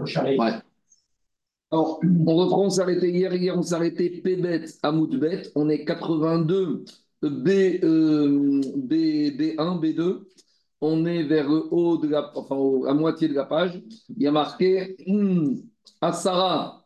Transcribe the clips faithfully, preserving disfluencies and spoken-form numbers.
Ouais. Alors, on reprend, on s'est arrêté hier. Hier, on s'est arrêté Pébet à Moudbet. On est quatre-vingt-deux B, euh, B, B1, B deux. On est vers le haut de la, enfin, au- à moitié de la page. Il y a marqué hum, Asara,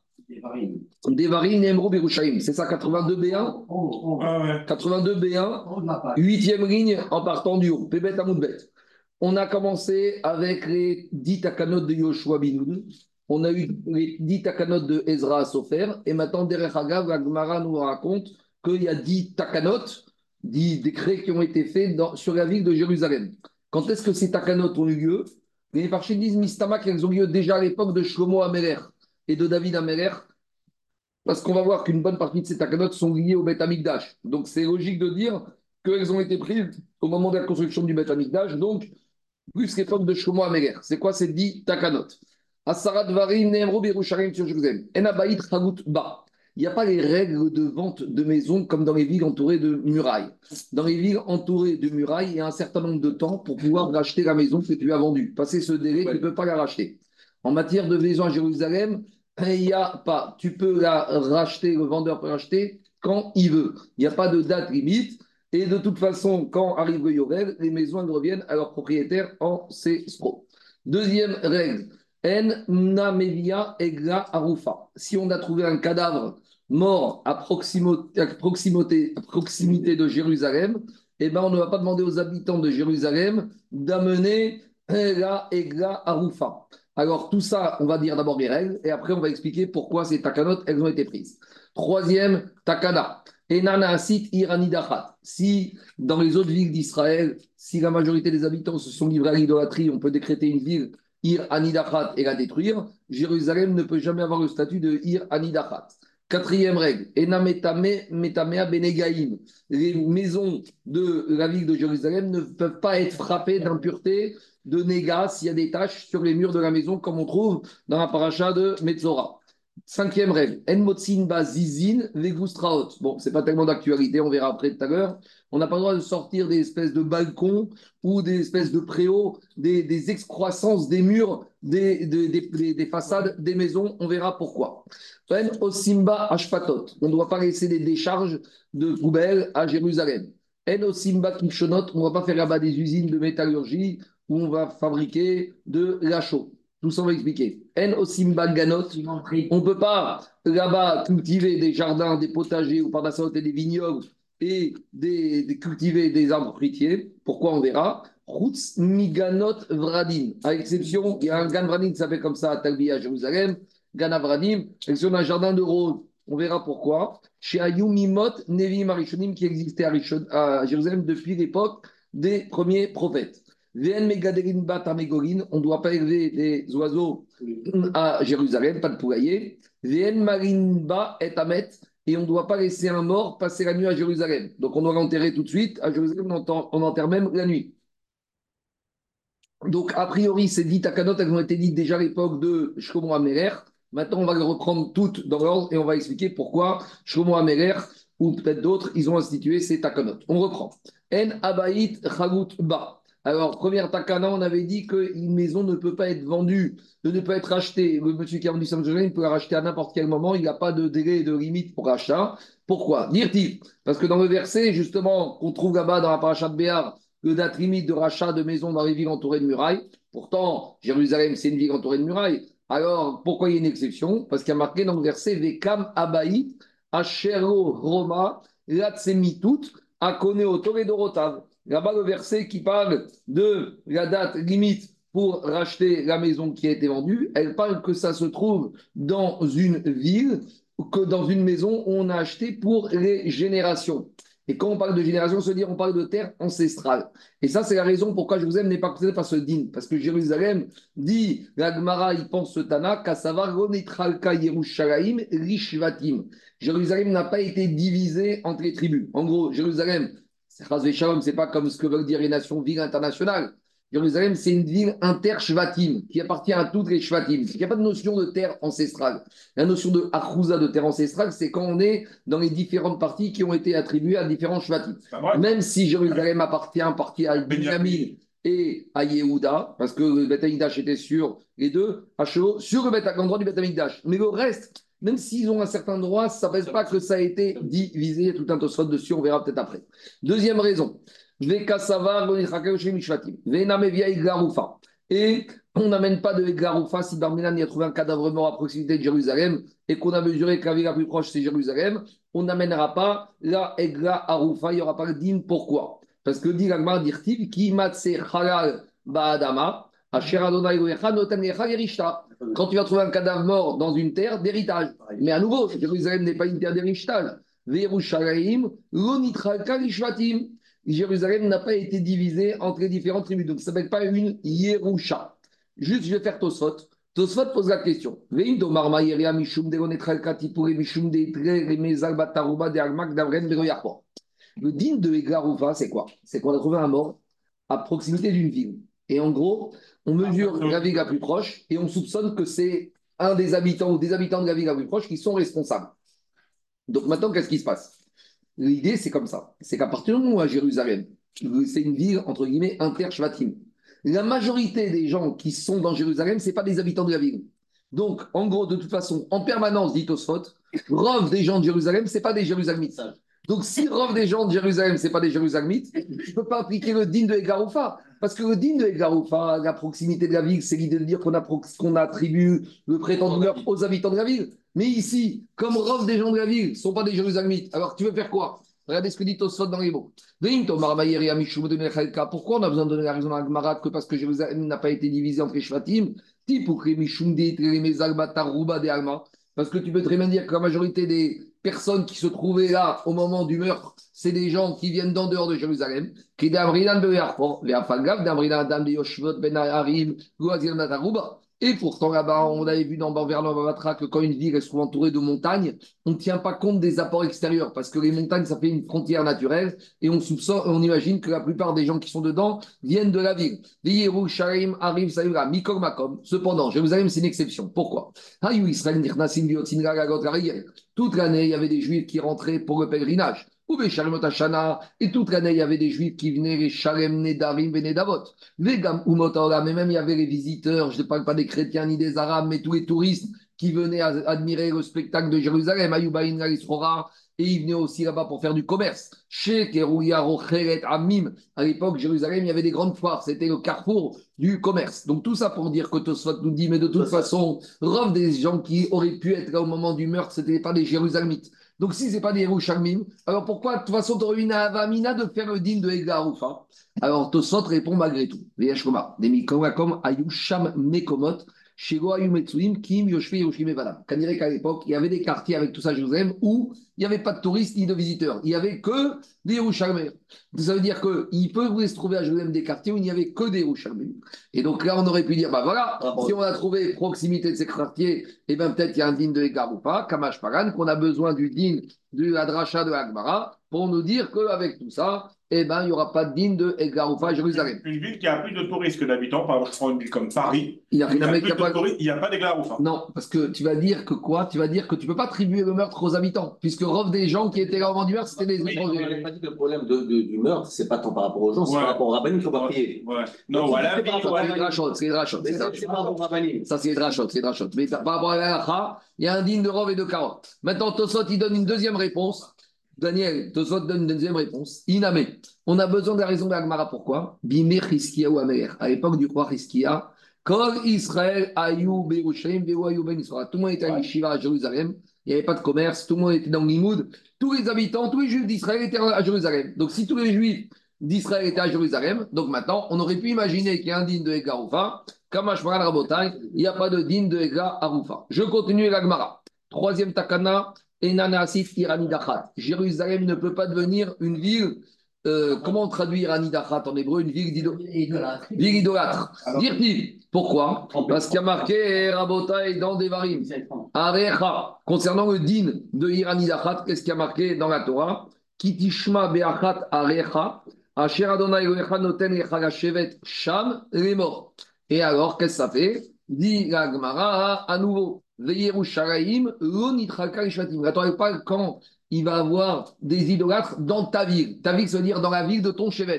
Devarim, Nemro, Birushaim. C'est ça, quatre-vingt-deux B un? Ah ouais. quatre-vingt-deux B un, huitième ligne en partant du haut. Pébet à Moudbet. On a commencé avec les dix takanot de Yoshua Binoun. On a eu les dix takanot de Ezra Sofer. Et maintenant, Derech Hagav, la Gemara nous raconte qu'il y a dix takanot, dix décrets qui ont été faits dans- sur la ville de Jérusalem. Quand est-ce que ces takanot ont eu lieu? Les Parchim disent Mistama qu'elles ont eu lieu déjà à l'époque de Shlomo Améler et de David Améler. Parce qu'on va voir qu'une bonne partie de ces takanot sont liées au Beth Amikdash. Donc c'est logique de dire qu'elles ont été prises au moment de la construction du Beth Amikdash. Donc plus l'époque de Shlomo Améler. C'est quoi ces dix takanot? Asarat Varim, Neemro, Birusharim sur Jérusalem. Enabaït, Chagout, Ba. Il n'y a pas les règles de vente de maisons comme dans les villes entourées de murailles. Dans les villes entourées de murailles, il y a un certain nombre de temps pour pouvoir racheter la maison que tu as vendue. Passer ce délai, tu ne peux pas la racheter. En matière de maison à Jérusalem, il n'y a pas. Tu peux la racheter, le vendeur peut racheter quand il veut. Il n'y a pas de date limite. Et de toute façon, quand arrive le Yovel, les maisons elles reviennent à leur propriétaire en cesro. Deuxième règle, En namevia egla arufa. Si on a trouvé un cadavre mort à proximité, à proximité, à proximité de Jérusalem, eh ben on ne va pas demander aux habitants de Jérusalem d'amener la egla arufa. Alors tout ça, on va dire d'abord les règles et après on va expliquer pourquoi ces takanotes elles ont été prises. Troisième takana. Enanasit iranidachat. Si dans les autres villes d'Israël, si la majorité des habitants se sont livrés à l'idolâtrie, on peut décréter une ville Ir Anidachat et la détruire. Jérusalem ne peut jamais avoir le statut de Ir Anidachat. Quatrième règle, Enametame Metamea Benegaim. Les maisons de la ville de Jérusalem ne peuvent pas être frappées d'impureté, de négas, s'il y a des taches sur les murs de la maison, comme on trouve dans la paracha de Metzora. Cinquième règle, En Motsin Zizin Vegustraot. Bon, c'est pas tellement d'actualité, on verra après tout à l'heure. On n'a pas le droit de sortir des espèces de balcons ou des espèces de préaux, des, des excroissances des murs, des, des, des, des façades des maisons. On verra pourquoi. En Osimba Ashpatot. On ne doit pas laisser des décharges de poubelles à Jérusalem. En Osimba Kipshonot. On ne va pas faire là-bas des usines de métallurgie où on va fabriquer de la chaux. Tout ça, on va expliquer. En Osimba Ganot. On ne peut pas là-bas cultiver des jardins, des potagers ou par la et des vignobles et des, des cultiver des arbres fruitiers. Pourquoi on verra? Routz Miganot Vradim. À exception, il y a un Gan Vradim qui s'appelle comme ça à Talbi à Jérusalem, Gan Vradim, exception d'un jardin de rose. On verra pourquoi. Chez Ayumimot Nevi Marishonim qui existait à, Rishon, à Jérusalem depuis l'époque des premiers prophètes. Vn Megaderin Batamegorin, on ne doit pas élever des oiseaux à Jérusalem, pas de poulailler. Vn Marinba et Amet, et on ne doit pas laisser un mort passer la nuit à Jérusalem. Donc on doit l'enterrer tout de suite. À Jérusalem, on, entend, on enterre même la nuit. Donc a priori, ces dix takanot, elles ont été dites déjà à l'époque de Shlomo Améler. Maintenant, on va les reprendre toutes dans l'ordre et on va expliquer pourquoi Shlomo Améler ou peut-être d'autres, ils ont institué ces takanot. On reprend. En Abaït Chagout Ba. Alors, première takana, on avait dit qu'une maison ne peut pas être vendue, ne peut être achetée. Le monsieur qui a vendu Saint-Jean, il peut la racheter à n'importe quel moment. Il n'a pas de délai, de limite pour achat. Pourquoi? Dire-t-il. Parce que dans le verset, justement, qu'on trouve là-bas dans la paracha de Béar, le date limite de rachat de maisons dans les villes entourées de murailles. Pourtant, Jérusalem, c'est une ville entourée de murailles. Alors, pourquoi il y a une exception? Parce qu'il y a marqué dans le verset Vekam Abaï, Ashero Roma, Latsemitut, Akone Otoredorotav. Là-bas, le verset qui parle de la date limite pour racheter la maison qui a été vendue, elle parle que ça se trouve dans une ville, que dans une maison où on a acheté pour les générations. Et quand on parle de génération, se dire on parle de terre ancestrale. Et ça, c'est la raison pourquoi je vous aime n'est pas concernée par ce din. Parce que Jérusalem dit, la Gemara, il pense ce Tana, Kassavar, Ronetralka, Yerushalayim, Rishvatim. Jérusalem n'a pas été divisé entre les tribus. En gros, Jérusalem, c'est Shalom, c'est pas comme ce que veulent dire les nations villes internationales. Jérusalem, c'est une ville inter-shvatim, qui appartient à toutes les shvatim. Il n'y a pas de notion de terre ancestrale. La notion de achouza, de terre ancestrale, c'est quand on est dans les différentes parties qui ont été attribuées à différents shvatim. Même si Jérusalem appartient partie à Benjamin et à Yehuda, parce que le Beth Amikdash était sur les deux, à Shelo, sur le Beth- l'endroit du Beth Amikdash. Mais le reste, même s'ils ont un certain droit, ça ne pèse pas que ça a été divisé. Il y a tout un tosfot dessus, on verra peut-être après. Deuxième raison. Et on n'amène pas de Eglaroufa si Barminan y a trouvé un cadavre mort à proximité de Jérusalem et qu'on a mesuré que la ville la plus proche c'est Jérusalem, on n'amènera pas la Egla Aroufa, il n'y aura pas de dîme. Pourquoi? Parce que dit l'Agmar dirtiv qui matse halal ba'adama, asher Adonai Elohecha noten lecha yerishta. Quand tu vas trouver un cadavre mort dans une terre d'héritage. Mais à nouveau, Jérusalem n'est pas une terre d'héritage. Ve'Yerushalayim lo nitralka lishvatim. Jérusalem n'a pas été divisée entre les différentes tribus. Donc, ça ne s'appelle pas une Yerusha. Juste, je vais faire Tosfot. Tosfot pose la question. Le din de Eglaroufa, c'est quoi? C'est qu'on a trouvé un mort à proximité d'une ville. Et en gros, on mesure la ville la plus proche et on soupçonne que c'est un des habitants ou des habitants de la ville la plus proche qui sont responsables. Donc maintenant, qu'est-ce qui se passe? L'idée, c'est comme ça. C'est qu'à partir du moment où à Jérusalem, c'est une ville, entre guillemets, inter-shvatim, la majorité des gens qui sont dans Jérusalem, ce n'est pas des habitants de la ville. Donc, en gros, de toute façon, en permanence, dit Tosfot, Rov des gens de Jérusalem, ce n'est pas des Jérusalemites. Donc, si Rov des gens de Jérusalem, ce n'est pas des Jérusalemites, je ne peux pas appliquer le din de Egaroufa. Parce que le din de Egaroufa, la proximité de la ville, c'est l'idée de dire qu'on, a, qu'on attribue le prétendu meurtre aux habitants de la ville. Mais ici, comme Rov des gens de la ville ne sont pas des Jérusalemites, alors tu veux faire quoi? Regardez ce que dit Tosfot dans les mots. Pourquoi on a besoin de donner la raison à Gemara que parce que Jérusalem n'a pas été divisé entre les Shvatim? Parce que tu peux très bien dire que la majorité des personnes qui se trouvaient là au moment du meurtre, c'est des gens qui viennent d'en dehors de Jérusalem. Et pourtant, là-bas, on avait vu dans Verlan Bavatra que quand une ville est souvent entourée de montagnes, on ne tient pas compte des apports extérieurs parce que les montagnes, ça fait une frontière naturelle et on soupçonne, on imagine que la plupart des gens qui sont dedans viennent de la ville. Yerushalayim arrive, ça ira, Mikol Makom. Cependant, Jérusalem, c'est une exception. Pourquoi? Toute l'année, il y avait des juifs qui rentraient pour le pèlerinage. Et toute l'année, il y avait des juifs qui venaient, les Shalem Nedarim Venedavot. Mais même il y avait les visiteurs, je ne parle pas des chrétiens ni des arabes, mais tous les touristes qui venaient admirer le spectacle de Jérusalem, Ayubaïn Galisrora, et ils venaient aussi là-bas pour faire du commerce. Chez Kerouya Rocheret Amim, à l'époque, Jérusalem, il y avait des grandes foires, c'était le carrefour du commerce. Donc tout ça pour dire que Tosfot nous dit, mais de toute façon, Rov des gens qui auraient pu être là au moment du meurtre, ce n'étaient pas des Jérusalemites. Donc, si ce n'est pas des Yerushalmim, alors pourquoi, de toute façon, tu aurais une Avamina de faire le din de Eglaroufa? Alors, Tosot répond malgré tout. Veyashkoma, des Mikomakom, Ayusham Mekomot, Shego Ayumetsuim, Kim, Yoshve, Yoshime Valam. Qu'on dirait qu'à l'époque, il y avait des quartiers avec tout ça à Jérusalem où il n'y avait pas de touristes ni de visiteurs. Il n'y avait que des Yerushalmim. Ça veut dire qu'il peut se trouver à Jérusalem des quartiers où il n'y avait que des Yerushalmim. Et donc là, on aurait pu dire, bah voilà, ah bon. Si on a trouvé proximité de ces quartiers, eh bien peut-être il y a un din de Egaroufa, Kamash Paran, qu'on a besoin du din de la dracha de Agmara pour nous dire qu'avec tout ça, eh ben, il n'y aura pas de din de Egaroufa à Jérusalem. Une, une ville qui a plus de touristes que d'habitants, par exemple, je prends une ville comme Paris, il n'y a, a, a, plus de pas... touristes, il n'y a pas d'Eglaroufa. Non, parce que tu vas dire que quoi? Tu vas dire que tu ne peux pas attribuer le meurtre aux habitants, puisque Rov des gens qui étaient là au moment du meurtre, c'était des étrangers. On n'avait pas dit que le problème de, de, du meurtre, c'est pas tant par rapport aux gens, c'est ouais. par rapport aux rabbinim qui n'ont pas prié. Ouais. Non, voilà. C'est les drachot, c'est les drachot. C'est par rapport aux rabbinim. Ça, c'est les drachot, c'est les drachot. Mais par rapport à la halakha, il y a un din de Rov et de Karot. Maintenant, Tosot, il donne une deuxième réponse. Daniel, Tosot donne une deuxième réponse. Iname, on a besoin de la raison de l'Agmara. Pourquoi? Bimé Chizkia ou Amer. À l'époque du roi Chizkia, Kol Israël, Ayou, Berushaim, Veu Ayou, Ben Israël. Tout le monde était à Yeshiva à Jérusalem. Il n'y avait pas de commerce. Tout le monde était dans l'Imoud. Tous les habitants, tous les juifs d'Israël étaient à Jérusalem. Donc, si tous les juifs d'Israël étaient à Jérusalem, donc maintenant, on aurait pu imaginer qu'il y a un din de Ega Aroufa. Kamash Maran Rabotai, il n'y a pas de din de Ega Aroufa. Je continue l'Agmara. Troisième takana. Enanasif Iranidachat. Jérusalem ne peut pas devenir une ville. Euh, comment on traduit Iranidachat en hébreu? Une ville d'idolâtre. Ville idolâtre. Dire-t-il. Pourquoi? Parce qu'il y a marqué Rabotai dans Devarim. Arecha. Concernant le din de Iranidachat, qu'est-ce qu'il y a marqué dans la Torah? Kitishma Beachat Arecha. Asher Adonai Elohecha noten lecha gashevet sham les morts. Et alors, qu'est-ce que ça fait? Dit la Gemara à nouveau. Yerushalayim, l'onitraka ishvatim. N'attendez pas quand il va avoir des idolâtres dans ta ville. Ta ville, ça veut dire dans la ville de ton chevet.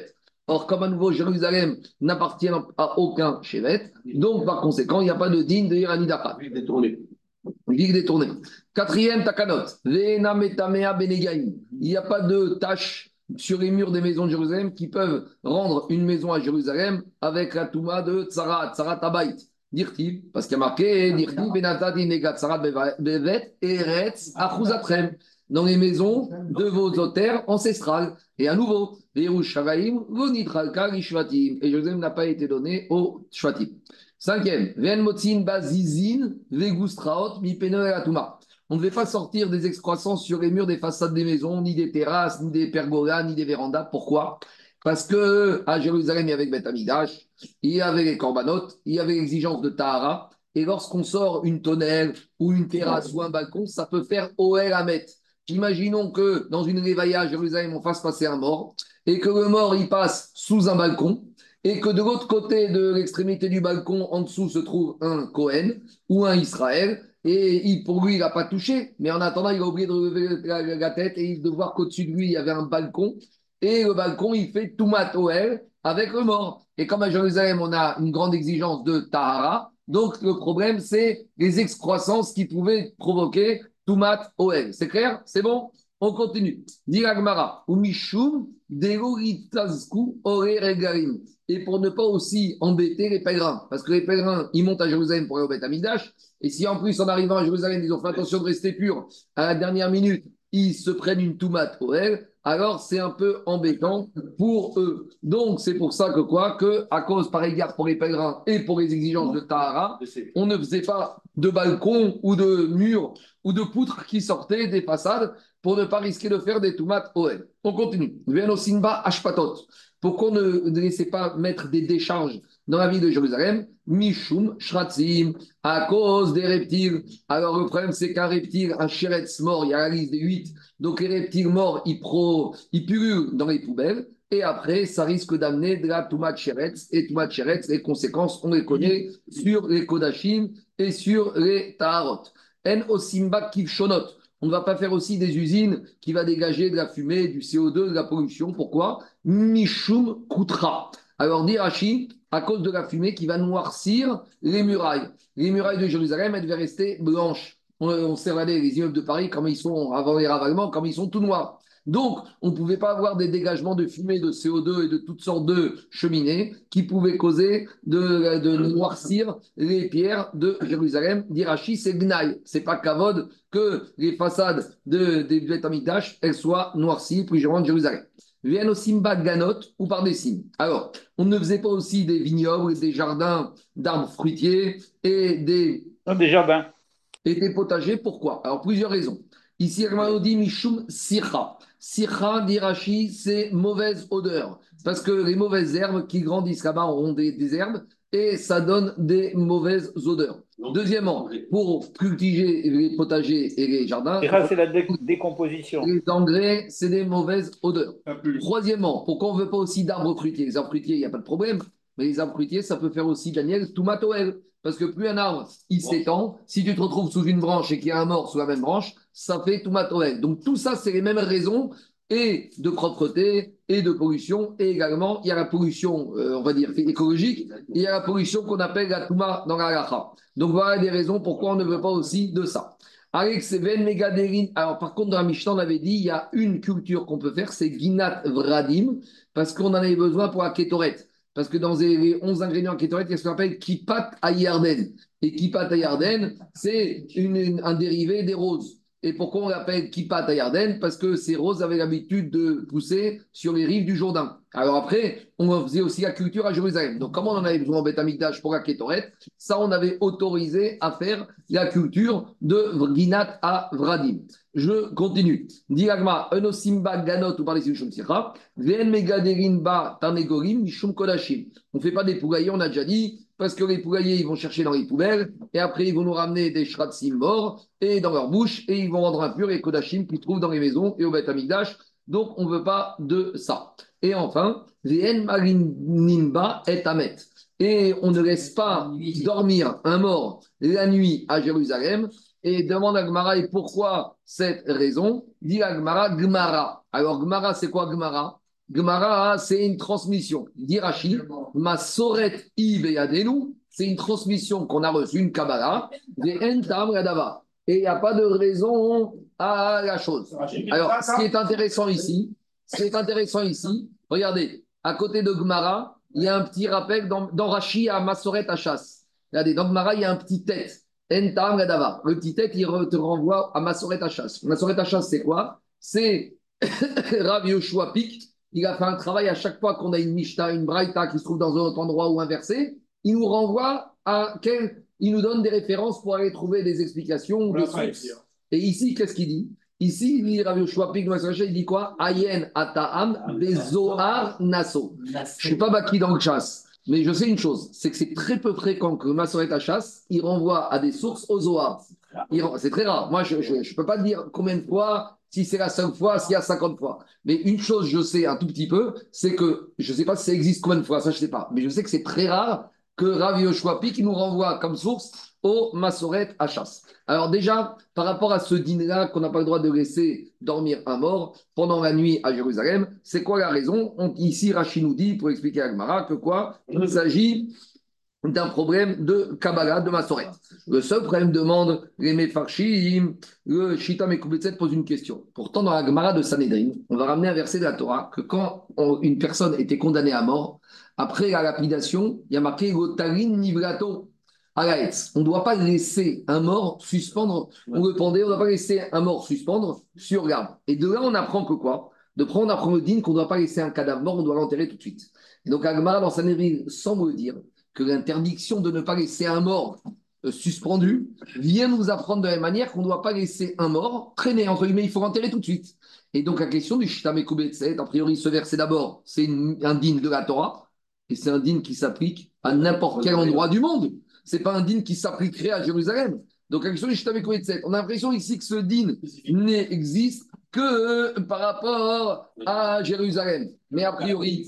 Or, comme à nouveau, Jérusalem n'appartient à aucun Shevet, donc par conséquent, il n'y a pas de digne de Iranidaka. Détourné. Ligue détournée. Quatrième takanot. Ve'ena metamea benegaim. Il n'y a pas de tâches sur les murs des maisons de Jérusalem qui peuvent rendre une maison à Jérusalem avec la touma de Tsarat, Tsarat Abayt. Dirti, parce qu'il y a marqué Dirti, Benatati Negat Tsarat Bevet, Eretz Achuzatrem, dans les maisons de vos auteurs ancestrales. Et à nouveau, Yerushalayim, Vonitralka, Rishvatim. Et Jérusalem n'a pas été donné aux Shvatim. Cinquième, Ven Motzin Bazizin, Vegustraot, Mipeno et Atuma. On ne devait pas sortir des excroissances sur les murs des façades des maisons, ni des terrasses, ni des pergolas, ni des vérandas. Pourquoi? Parce que à Jérusalem, il y avait Beth Amidash, il y avait les corbanotes, il y avait l'exigence de Tahara. Et lorsqu'on sort une tonnelle ou une terrasse ou un balcon, ça peut faire Oel Hamet. Imaginons que dans une réveilla à Jérusalem, on fasse passer un mort et que le mort, il passe sous un balcon et que de l'autre côté de l'extrémité du balcon, en dessous, se trouve un Cohen ou un Israël. Et il, pour lui, il n'a pas touché, mais en attendant, il a oublié de relever la, la tête et de voir qu'au-dessus de lui, il y avait un balcon. Et le balcon, il fait Toumat Oel avec le mort. Et comme à Jérusalem, on a une grande exigence de Tahara, donc le problème, c'est les excroissances qui pouvaient provoquer Toumat Oel. C'est clair? C'est bon? On continue. Diragmara, ou Mishum, Degoritazku, Ore Regarim. Et pour ne pas aussi embêter les pèlerins. Parce que les pèlerins, ils montent à Jérusalem pour aller au Beth Amidash. Et si en plus, en arrivant à Jérusalem, ils ont fait attention de rester purs, à la dernière minute, ils se prennent une Toumat Oel, alors c'est un peu embêtant pour eux. Donc, c'est pour ça que quoi? Que, à cause, par égard pour les pèlerins et pour les exigences de Tahara, on ne faisait pas de balcon ou de mur ou de poutres qui sortaient des façades pour ne pas risquer de faire des Toumat Oel. On continue. Venosimba Ashpatot. Pourquoi on ne laissait pas mettre des décharges dans la ville de Jérusalem? Mishum Shratzim, à cause des reptiles. Alors le problème, c'est qu'un reptile, un chéretz mort, il y a la liste des huit, donc les reptiles morts, ils, pro, ils pullulent dans les poubelles, et après, ça risque d'amener de la Toumat Chéretz, et Toumat Chéretz, les conséquences, on les connaît sur les Kodachim et sur les Taharot. En Osimba Kivshonot. On ne va pas faire aussi des usines qui vont dégager de la fumée, du C O deux, de la pollution. Pourquoi? Mishum Kutra. Alors, dit Rashi, à cause de la fumée qui va noircir les murailles. Les murailles de Jérusalem, elles devaient rester blanches. On, on sait regarder les immeubles de Paris, comme ils sont, avant les ravalements, comme ils sont tout noirs. Donc, on ne pouvait pas avoir des dégagements de fumée, de C O deux et de toutes sortes de cheminées qui pouvaient causer de, de noircir les pierres de Jérusalem. D'Irachi, c'est Gnaï. C'est pas Kavod que les façades de, des Beth Amikdash, elles soient noircies, plus généralement de Jérusalem. Viennent au Simba Ganot ou par des cimes. Alors, on ne faisait pas aussi des vignobles, des jardins d'arbres fruitiers et des, Non, des jardins. et des potagers. Pourquoi? Alors, plusieurs raisons. Ici, Hermano dit Mishum Sircha. Sircha, d'Irachi, c'est mauvaise odeur. Parce que les mauvaises herbes qui grandissent là-bas auront des, des herbes et ça donne des mauvaises odeurs. Deuxièmement, pour cultiver les potagers et les jardins, Et ça, c'est la dé- décomposition. les engrais, c'est des mauvaises odeurs. Pas plus. Troisièmement, pourquoi on ne veut pas aussi d'arbres fruitiers? Les arbres fruitiers, il n'y a pas de problème. Mais les arbres fruitiers, ça peut faire aussi, Daniel, Toumatoel. Parce que plus un arbre, il s'étend, si tu te retrouves sous une branche et qu'il y a un mort sous la même branche, ça fait Toumatoel. Donc tout ça, c'est les mêmes raisons, et de propreté, et de pollution, et également, il y a la pollution, euh, on va dire, écologique, et il y a la pollution qu'on appelle la Touma dans la halacha. Donc voilà des raisons pourquoi on ne veut pas aussi de ça. Alex Ben Megaderin. Alors, par contre, dans la Mishnah, on avait dit il y a une culture qu'on peut faire, c'est Ginat Vradim, parce qu'on en avait besoin pour la Kétoret. Parce que dans les onze ingrédients Kétoret, il y a ce qu'on appelle Kipat Ayarden. Et Kipat Ayarden, c'est une, une- un dérivé des roses. Et pourquoi on l'appelle Kipat Ayarden? Parce que ces roses avaient l'habitude de pousser sur les rives du Jourdain. Alors après, on faisait aussi la culture à Jérusalem. Donc, comme on en avait besoin au Beth Amikdash pour la Kétoret, ça, on avait autorisé à faire la culture de Ginat à Vradim. Je continue. Diagma, Enosimba Ganot ou par les Simshum Sikha, Ven Megaderin Ba Tanegorim, Mishum Kodashim. On ne fait pas des poulaillers, on a déjà dit, parce que les poulaillers, ils vont chercher dans les poubelles, et après, ils vont nous ramener des shratsim morts, et dans leur bouche, et ils vont rendre impurs les Kodashim qu'ils trouvent dans les maisons et au Beth Amikdash. Donc, on ne veut pas de ça. Et enfin, Vn Marinimba et Amet. Et on ne laisse pas dormir un mort la nuit à Jérusalem. Et demande à Gmara, et pourquoi cette raison? Dit à Gmara, Gmara. Alors, Gmara, c'est quoi Gmara? Gemara, c'est une transmission. Dit Rashi, ma soret ibeyadenu, c'est une transmission qu'on a reçue, une Kabbalah, des entam radava. Et il n'y a pas de raison à la chose. Alors, ce qui est intéressant ici, ce qui est intéressant ici, regardez, à côté de Gemara, il y a un petit rappel dans, dans Rashi à Masoret Hachas. Regardez, dans Gemara, il y a un petit tête. Entam radava. Le petit tête, il te renvoie à Masoret Hachas. Masoret Hachas, c'est quoi? C'est Rav Yoshua Pik. Il a fait un travail à chaque fois qu'on a une Mishnah, une Braïta qui se trouve dans un autre endroit ou inversé. Il nous renvoie à quel. Il nous donne des références pour aller trouver des explications ou des sources. Et ici, qu'est-ce qu'il dit? Ici, il dit Rav Yoshua Pik, il dit quoi? Ayen Ataam Bezohar Naso. Je ne suis pas baki dans le chasse, mais je sais une chose, c'est que c'est très peu fréquent que Masoret Hachas, il renvoie à des sources au Zohar. C'est très rare. Moi, je ne peux pas te dire combien de fois. Si c'est la seule fois, s'il y a cinquante fois. Mais une chose, je sais un tout petit peu, c'est que, je ne sais pas si ça existe combien de fois, ça je ne sais pas, mais je sais que c'est très rare que Rav Yoshua Pik nous renvoie comme source au Masoret Hachas. Alors déjà, par rapport à ce dîner-là qu'on n'a pas le droit de laisser dormir un mort pendant la nuit à Jérusalem, c'est quoi la raison? On, ici, Rashi nous dit, pour expliquer à Gemara, que quoi? Il s'agit d'un problème de Kabbalah, de Masoret. Le seul problème demande les Mefarshim, le Shita Mekubetset pose une question. Pourtant, dans la Gemara de Sanhedrin, on va ramener un verset de la Torah que quand on, une personne était condamnée à mort, après la lapidation, il y a marqué Gotarin Nivrato Alaetz. On ne doit pas laisser un mort suspendre, on le pendait, on ne doit pas laisser un mort suspendre sur l'arbre. Et de là, on apprend que quoi? De prendre, on apprend le din qu'on ne doit pas laisser un cadavre mort, on doit l'enterrer tout de suite. Et donc, la Gemara dans Sanhedrin semble dire que l'interdiction de ne pas laisser un mort euh, suspendu vient nous apprendre de la même manière qu'on ne doit pas laisser un mort traîner, entre guillemets, il faut l'enterrer tout de suite. Et donc la question du Shita Mekubetset, a priori ce verset d'abord, c'est une, un din de la Torah, et c'est un din qui s'applique à n'importe quel endroit du monde. Ce n'est pas un din qui s'appliquerait à Jérusalem. Donc la question du Shita Mekubetset, on a l'impression ici que ce din n'existe que par rapport à Jérusalem. Mais a priori.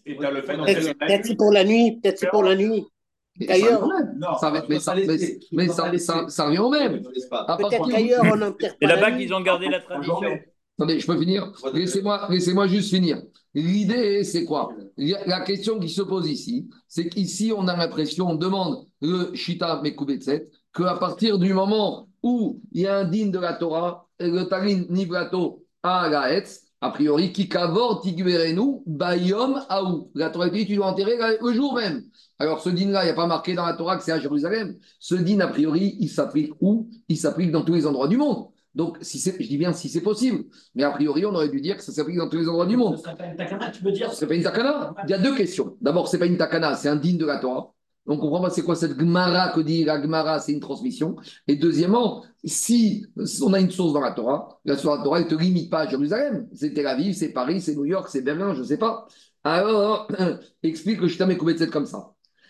Peut-être c'est pour la nuit, peut-être c'est pour la nuit. D'ailleurs, ça, mais ça, mais, mais ça, ça, ça revient au même. Peut-être qu'ailleurs, on enterre pas. C'est là-bas qu'ils ont gardé la tradition. Attendez, je peux finir? Laissez-moi, laissez-moi juste finir. L'idée, c'est quoi? La question qui se pose ici, c'est qu'ici, on a l'impression, on demande le Shita Mekubetset, qu'à partir du moment où il y a un din de la Torah, le Tarin Nivrato à la Hetz, a priori, Kikavor Tigverenu Bayom Aou. La Torah dit tu dois enterrer le jour même. Alors, ce din-là, il n'y a pas marqué dans la Torah que c'est à Jérusalem. Ce din, a priori, il s'applique où? Il s'applique dans tous les endroits du monde. Donc, si c'est, je dis bien si c'est possible, mais a priori, on aurait dû dire que ça s'applique dans tous les endroits du monde. Ce ne serait pas une takana, tu peux dire? Ce ne serait pas une takana? Il y a deux questions. D'abord, ce n'est pas une takana, c'est un din de la Torah. Donc, on comprend pas c'est quoi cette Gemara que dit la Gemara, c'est une transmission. Et deuxièmement, si on a une source dans la Torah, la source dans la Torah, elle ne te limite pas à Jérusalem. C'est Tel Aviv, c'est Paris, c'est New York, c'est Berlin, je ne sais pas. Alors, explique le Shita Mekubetset comme ça.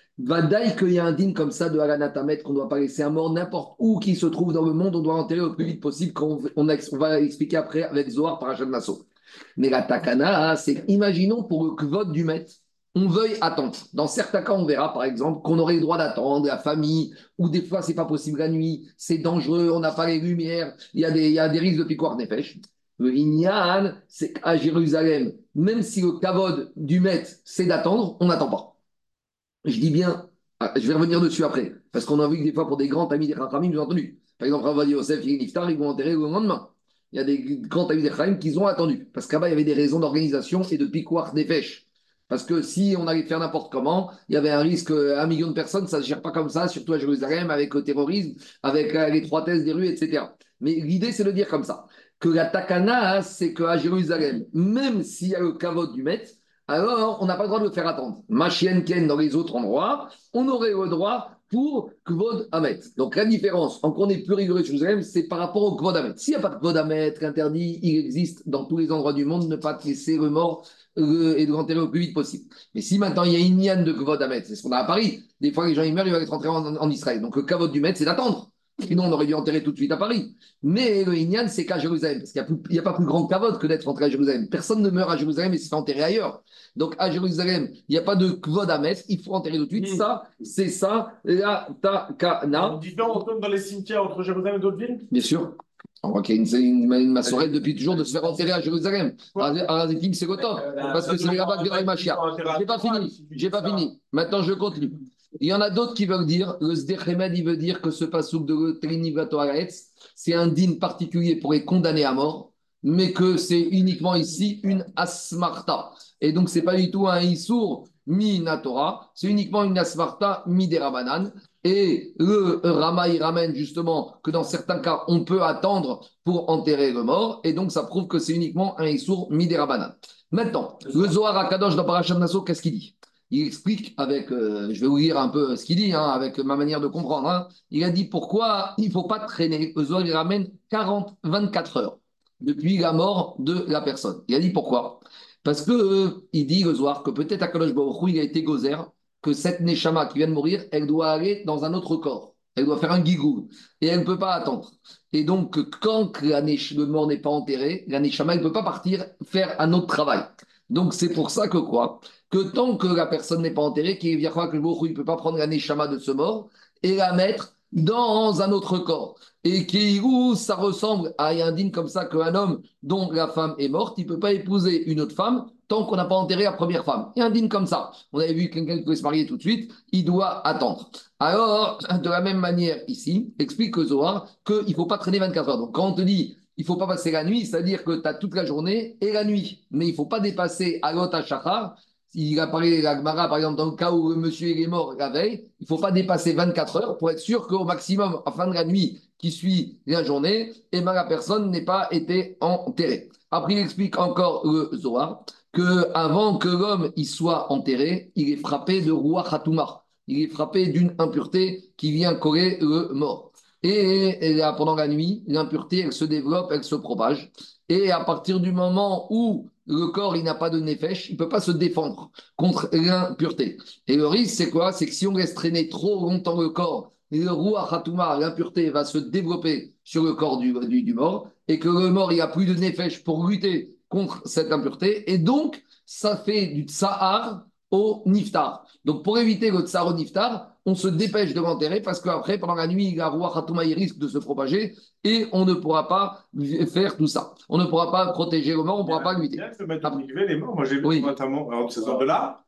Vadaï qu'il y a un din comme ça de Halanatamet qu'on ne doit pas laisser un mort n'importe où qu'il se trouve dans le monde, on doit l'enterrer le plus vite possible. Quand on, on, a, on va expliquer après avec Zohar par Hachem Nassau. Mais la takana, c'est imaginons pour le kvod du maître, on veuille attendre. Dans certains cas, on verra par exemple qu'on aurait le droit d'attendre, la famille, ou des fois c'est pas possible la nuit, c'est dangereux, on n'a pas les lumières, il y a des, il y a des risques de piquoir des pêches. Le Inyan, c'est qu'à Jérusalem, même si le kavod du maître, c'est d'attendre, on n'attend pas. Je dis bien, je vais revenir dessus après, parce qu'on a vu que des fois pour des grands amis des Chachamim, vous avez entendu. Par exemple, Rav Yosef, il est niftar, ils vont enterrer le lendemain. Il y a des grands amis des Chachamim qui ont attendu, parce qu'à-bas, il y avait des raisons d'organisation et de piquoir des pêches. Parce que si on allait faire n'importe comment, il y avait un risque, un million de personnes, ça ne se gère pas comme ça, surtout à Jérusalem, avec le terrorisme, avec l'étroitesse des rues, et cetera. Mais l'idée, c'est de dire comme ça, que la takana, c'est qu'à Jérusalem, même s'il y a le kavod du maître, alors on n'a pas le droit de le faire attendre. Machien Ken, dans les autres endroits, on aurait le droit pour Kvod Hamet. Donc la différence, en qu'on est plus rigoureux sur Jérusalem, c'est par rapport au Kvod Hamet. S'il n'y a pas de Kvod Hamet interdit, il existe dans tous les endroits du monde, ne pas laisser le mort euh, et de l'enterrer le plus vite possible. Mais si maintenant il y a une yann de Kvod Hamet, c'est ce qu'on a à Paris, des fois les gens ils meurent, ils vont être enterrés en, en Israël. Donc le Kvod du maître, c'est d'attendre. Sinon, on aurait dû enterrer tout de suite à Paris. Mais le Inyan, c'est qu'à Jérusalem. Parce qu'il n'y a, a pas plus grand kavod que d'être enterré à Jérusalem. Personne ne meurt à Jérusalem et se fait enterrer ailleurs. Donc, à Jérusalem, il n'y a pas de kvod à mettre. Il faut enterrer tout de suite. Mmh. Ça, c'est ça, la takana. Différent dans les cimetières entre Jérusalem et d'autres villes? Bien sûr. On voit qu'il y a une, c'est une, une massorette depuis toujours de se faire enterrer à Jérusalem. À Zétim, c'est Gotov. Parce que c'est les rabbins de Véraï Machia. J'ai pas fini. J'ai pas fini. Maintenant, je continue. Il y en a d'autres qui veulent dire, le Sdechemed, il veut dire que ce pasouk de Trinivato Haaretz, c'est un dîne particulier pour les condamner à mort, mais que c'est uniquement ici une asmarta. Et donc, c'est pas du tout un issour mi natora, c'est uniquement une asmarta mi derabanan. Et le Rama, il ramène justement que dans certains cas, on peut attendre pour enterrer le mort. Et donc, ça prouve que c'est uniquement un issour mi derabanan. Maintenant, le Zohar Akadosh dans Parashat Nasso, qu'est-ce qu'il dit? Il explique avec, euh, je vais vous lire un peu ce qu'il dit, hein, avec ma manière de comprendre. Hein. Il a dit pourquoi il ne faut pas traîner. Le Zohar, il ramène quarante, vingt-quatre heures depuis la mort de la personne. Il a dit pourquoi? Parce que euh, il dit le Zohar que peut-être à Kadosh Baruch Hu, il a été gozer, que cette Neshama qui vient de mourir, elle doit aller dans un autre corps. Elle doit faire un gigou. Et elle ne peut pas attendre. Et donc, quand la nesh, le mort n'est pas enterré, la Neshama, elle ne peut pas partir faire un autre travail. Donc, c'est pour ça que quoi? Que tant que la personne n'est pas enterrée, qu'il vient croire que le Baruch Hu, il ne peut pas prendre la Neshama de ce mort et la mettre dans un autre corps. Et qui, où ça ressemble à un digne comme ça qu'un homme dont la femme est morte, il ne peut pas épouser une autre femme tant qu'on n'a pas enterré la première femme. Il y a un digne comme ça. On avait vu quelqu'un qui pouvait se marier tout de suite, il doit attendre. Alors, de la même manière ici, explique que Zohar qu'il ne faut pas traîner vingt-quatre heures. Donc quand on te dit il ne faut pas passer la nuit, c'est-à-dire que tu as toute la journée et la nuit. Mais il ne faut pas dépasser Alot Hachachar. Il a parlé, la Gemara, par exemple, dans le cas où le monsieur est mort la veille, il ne faut pas dépasser vingt-quatre heures pour être sûr qu'au maximum, à fin de la nuit qui suit la journée, eh ben, la personne n'ait pas été enterrée. Après, il explique encore le Zohar qu'avant que l'homme il soit enterré, il est frappé de Ruach Hatumar. Il est frappé d'une impureté qui vient coller le mort. Et, et là, pendant la nuit, l'impureté, elle se développe, elle se propage. Et à partir du moment où le corps, il n'a pas de nefesh, il ne peut pas se défendre contre l'impureté. Et le risque, c'est quoi? C'est que si on laisse traîner trop longtemps le corps, le ruach hatuma, l'impureté, va se développer sur le corps du, du, du mort, et que le mort, il n'a plus de nefesh pour lutter contre cette impureté. Et donc, ça fait du tsahar au niftar. Donc, pour éviter le tsahar au niftar, on se dépêche de l'enterrer parce qu'après, pendant la nuit, la ruach hatuma, il risque de se propager et on ne pourra pas faire tout ça. On ne pourra pas protéger le mort, on ne pourra pas lutter. Il faut mettre mikvé les morts. Moi, j'ai vu Oui. notamment alors, de ces ordres-là.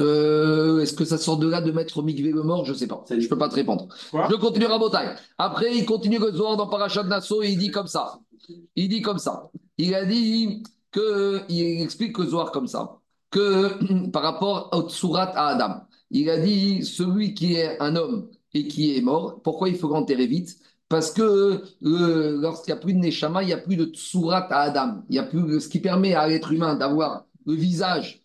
Euh, Est-ce que ça sort de là de mettre mikvé le mort? Je ne sais pas. Je ne peux pas te répondre. Quoi? Je continue à Rabotai. Après, il continue le Zohar dans Parashat Nasso et il dit comme ça. Il dit comme ça. Il a dit que, il explique le Zohar comme ça, que par rapport au Tsurat à Adam, il a dit celui qui est un homme et qui est mort, pourquoi il faut l'enterrer vite? Parce que euh, lorsqu'il n'y a plus de Neshama, il n'y a plus de Tsurat à Adam. Il y a plus, ce qui permet à l'être humain d'avoir le visage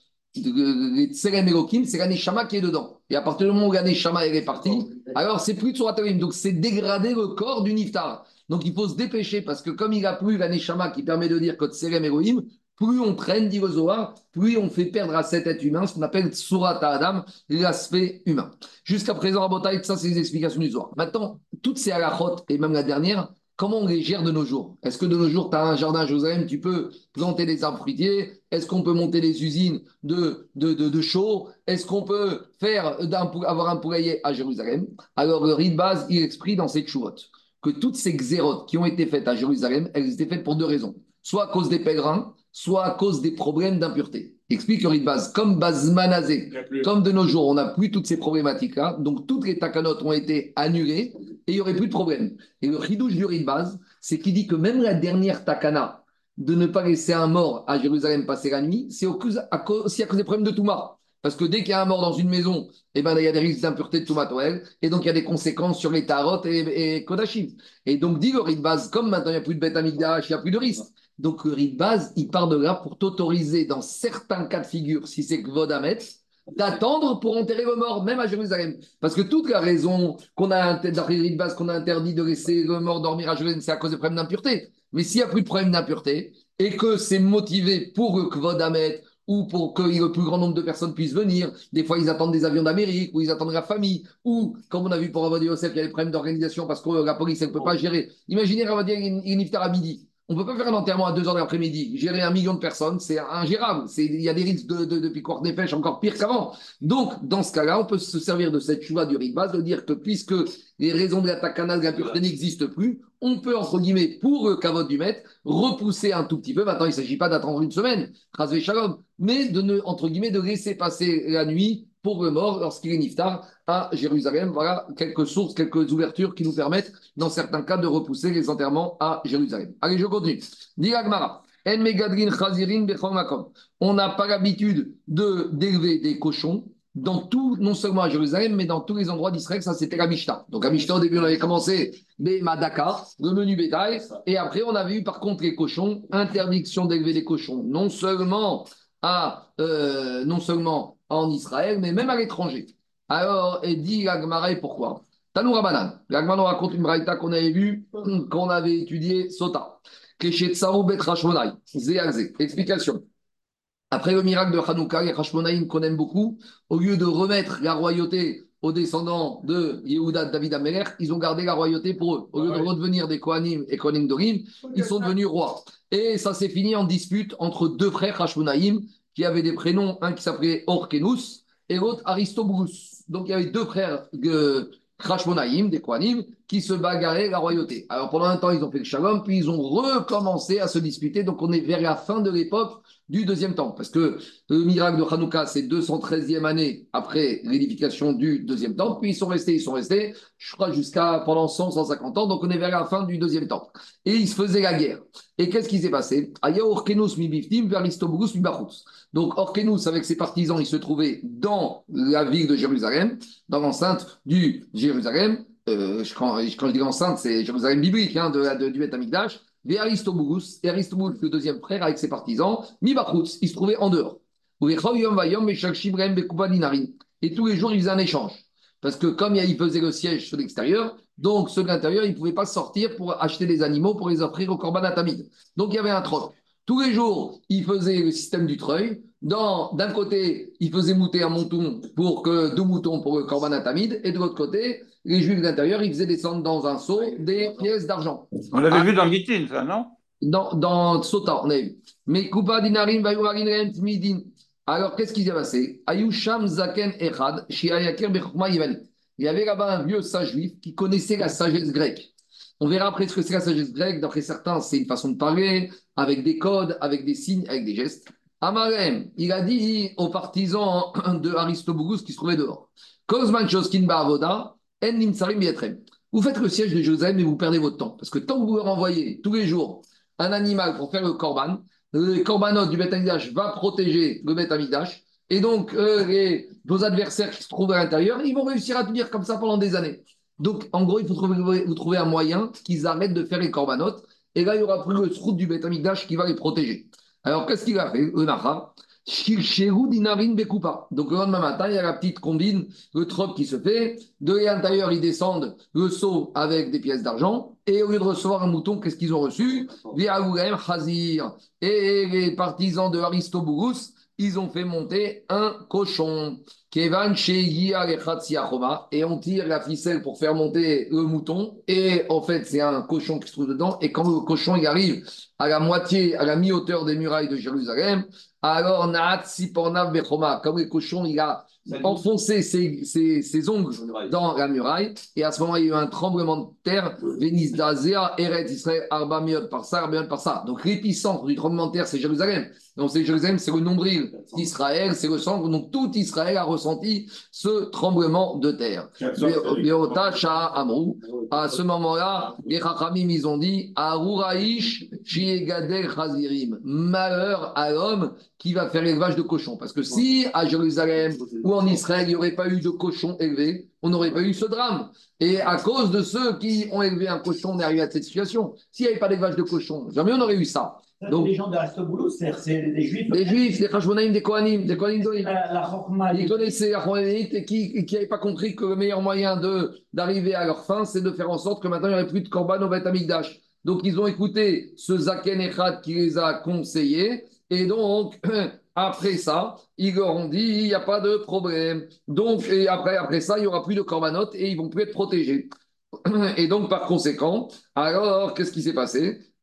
de Tselem Elohim, c'est la Neshama qui est dedans. Et à partir du moment où la Neshama est partie, alors c'est plus Tsurat Elohim. Donc c'est dégrader le corps du Niftar. Donc il faut se dépêcher parce que comme il n'a plus la Neshama qui permet de dire que Tselem Elohim, plus on traîne, dit le Zohar, plus on fait perdre à cet être humain ce qu'on appelle Tsurat Adam, l'aspect humain. Jusqu'à présent, Rabotai, ça c'est les explications du Zohar. Maintenant, toutes ces halachot, et même la dernière, comment on les gère de nos jours? Est-ce que de nos jours, tu as un jardin à Jérusalem, tu peux planter des arbres fruitiers? Est-ce qu'on peut monter des usines de, de, de, de chaux? Est-ce qu'on peut faire d'un, avoir un poulailler à Jérusalem? Alors, le Ritbaz, il explique dans ses tchouvot que toutes ces xérotes qui ont été faites à Jérusalem, elles étaient faites pour deux raisons. Soit à cause des pèlerins, soit à cause des problèmes d'impureté. Explique le Ritbaz, comme Bazmanazé, comme de nos jours, on n'a plus toutes ces problématiques-là, donc toutes les takanotes ont été annulées et il n'y aurait plus de problème. Et le chidouche du Ritbaz, c'est qu'il dit que même la dernière takana de ne pas laisser un mort à Jérusalem passer la nuit, c'est aussi à cause des problèmes de Touma. Parce que dès qu'il y a un mort dans une maison, eh ben, il y a des risques d'impureté de Toumatoel, et donc il y a des conséquences sur les Tarot et, et Kodashim. Et donc, dit le Ritbaz, comme maintenant il n'y a plus de bête amigdash, il n'y a plus de risque. Donc, le Ritbaz, il part de là pour t'autoriser, dans certains cas de figure, si c'est Kvod Hametz, d'attendre pour enterrer le mort, même à Jérusalem. Parce que toute la raison qu'on a, dans le Ritbaz, qu'on a interdit de laisser le mort dormir à Jérusalem, c'est à cause des problèmes d'impureté. Mais s'il n'y a plus de problème d'impureté, et que c'est motivé pour le Kvod Hametz, ou pour que le plus grand nombre de personnes puissent venir. Des fois, ils attendent des avions d'Amérique, ou ils attendent la famille, ou, comme on a vu pour Ravadia Yosef, il y a des problèmes d'organisation parce que la police, elle ne peut pas gérer. Imaginez Ravadia, il niftar à midi. On ne peut pas faire un enterrement à deux heures de l'après-midi, gérer un million de personnes, c'est ingérable. C'est- Il y a des risques de, de, de piquoire des pêches encore pire qu'avant. Donc, dans ce cas-là, on peut se servir de cette chouva du Ribas, de dire que puisque les raisons de la takana, de la pureté n'existent plus, on peut, entre guillemets, pour le cavote du maître, repousser un tout petit peu. Maintenant, il ne s'agit pas d'attendre une semaine, Razvé Shalom, mais de ne, entre guillemets, de laisser passer la nuit pour le mort lorsqu'il est niftar à Jérusalem. Voilà quelques sources, quelques ouvertures qui nous permettent, dans certains cas, de repousser les enterrements à Jérusalem. Allez, je continue. Dit Agmara. En megadrin chazirin bechol makom. On n'a pas l'habitude de d'élever des cochons dans tout, non seulement à Jérusalem, mais dans tous les endroits d'Israël. Ça, c'était la Mishnah. Donc, la Mishnah, au début, on avait commencé des Madaka, le menu bétail. Et après, on avait eu, par contre, les cochons, interdiction d'élever des cochons, non seulement à, euh, non seulement en Israël, mais même à l'étranger. Alors, et dit l'Agmara, pourquoi Tanou Rabanan. L'Agmara nous raconte une braïta qu'on avait vue, qu'on avait étudié Sota. Keshetsaou bet Hashmonai. Zéazé. Explication. Après le miracle de Hanouka, les Hashmonaïm qu'on aime beaucoup, au lieu de remettre la royauté aux descendants de Yehuda, David Améler, ils ont gardé la royauté pour eux. Au lieu de redevenir des Kohanim et Kohanim Dorim, ils sont devenus rois. Et ça s'est fini en dispute entre deux frères Hashmonaïm qui avaient des prénoms, un qui s'appelait Orkenus et l'autre Aristobulus. Donc il y avait deux frères euh, Hashmonaïm, des Kohanim, qui se bagarraient la royauté. Alors pendant un temps, ils ont fait le shalom, puis ils ont recommencé à se disputer. Donc on est vers la fin de l'époque du deuxième temple. Parce que le miracle de Hanouka, c'est deux cent treizième année après l'édification du deuxième temple. Puis ils sont restés, ils sont restés, je crois, jusqu'à pendant cent, cent cinquante ans. Donc on est vers la fin du deuxième temple. Et ils se faisaient la guerre. Et qu'est-ce qui s'est passé? Aya Orkenus mi biftim, Aristobulus mi bachutz. Donc Orkenus, avec ses partisans, il se trouvait dans la ville de Jérusalem, dans l'enceinte du Jérusalem. Euh, quand, quand je dis l'enceinte, c'est Jérusalem biblique, hein, de, de, du Beth Amikdash. Et Aristobulus, et Aristobulus, le deuxième frère, avec ses partisans, Mibachutz, il se trouvait en dehors. Et tous les jours, ils faisaient un échange. Parce que comme il faisait le siège sur l'extérieur, donc ceux de l'intérieur, ils ne pouvaient pas sortir pour acheter des animaux pour les offrir au Korban Atamid. Donc il y avait un troc. Tous les jours, ils faisaient le système du treuil. D'un côté, ils faisaient mouter un mouton pour que deux moutons pour le Korban Atamid, et de l'autre côté, les juifs de l'intérieur, ils faisaient descendre dans un seau des pièces d'argent. On l'avait Ah, vu dans Gittin, ça, non? Dans, dans Sota, on a vu. Mais Kupa Dinarim, Bayuarin, Rent, Midin. Alors, qu'est-ce qui s'est passé? Ayusham Zaken Echad, Shiayakir Bechma Yivani. Il y avait là-bas un vieux sage juif qui connaissait la sagesse grecque. On verra après ce que c'est la sagesse grecque. D'après certains, c'est une façon de parler, avec des codes, avec des signes, avec des gestes. Amarem, il a dit aux partisans de Aristobulus qui se trouvaient dehors, Kozman Choskin Ba'avoda, En Nimtsarim Yetrem. Vous faites le siège de Jérusalem et vous perdez votre temps. Parce que tant que vous leur envoyez tous les jours un animal pour faire le korban, le korbanot du Beth Amikdash va protéger le Beth Amikdash. Et donc, euh, les, vos adversaires qui se trouvent à l'intérieur, ils vont réussir à tenir comme ça pendant des années. Donc, en gros, il faut trouver, vous trouver un moyen qu'ils arrêtent de faire les korbanot. Et là, il y aura plus le route du Beth Amikdash qui va les protéger. Alors, qu'est-ce qu'il a fait, le Nahar? Dinarin Bekupa. Donc, le lendemain matin, il y a la petite combine, le troc qui se fait. De l'intérieur, ils descendent le seau avec des pièces d'argent. Et au lieu de recevoir un mouton, qu'est-ce qu'ils ont reçu? Et les partisans de Aristobulus, ils ont fait monter un cochon. Et on tire la ficelle pour faire monter le mouton. Et en fait, c'est un cochon qui se trouve dedans. Et quand le cochon il arrive à la moitié, à la mi-hauteur des murailles de Jérusalem, alors Naat Sipornav Bechoma, comme le cochon, il a enfoncé ses, ses, ses ongles dans la muraille. Et à ce moment, il y a eu un tremblement de terre. Vénis d'Azéa, Eret Israël, Arba Miot par ça, Arba Miot par ça. Donc l'épicentre du tremblement de terre, c'est Jérusalem. Donc c'est Jérusalem, c'est le nombril d'Israël, c'est le centre. Donc tout Israël a ressenti ce tremblement de terre. À ce moment-là, les Chachamim, ils ont dit Arouraïch, Shiegadel Chazirim. Malheur à l'homme qui va faire l'élevage de cochons. Parce que si à Jérusalem ou en Israël, il n'y aurait pas eu de cochons élevés, on n'aurait pas eu ce drame. Et à cause de ceux qui ont élevé un cochon, on est arrivé à cette situation. S'il n'y avait pas d'élevage de cochons, jamais on aurait eu ça. Ça, Donc, les gens d'Aristoboulos, c'est les Juifs. les Juifs, les Hashmonaïm, des Kohanim, des Kohanim Dorim. La, la Chokma, Ils connaissaient la Chormanite et qui n'avaient pas compris que le meilleur moyen d'arriver à leur fin, c'est de faire en sorte que maintenant il n'y aurait plus de Korban au Beth Amikdash. Donc ils ont écouté ce Zaken Echad qui les a conseillés. Et donc, après ça, ils leur ont dit il n'y a pas de problème. Donc, et après, après ça, il n'y aura plus de Korbanot et ils ne vont plus être protégés. Et donc, par conséquent, alors, qu'est-ce qui s'est passé?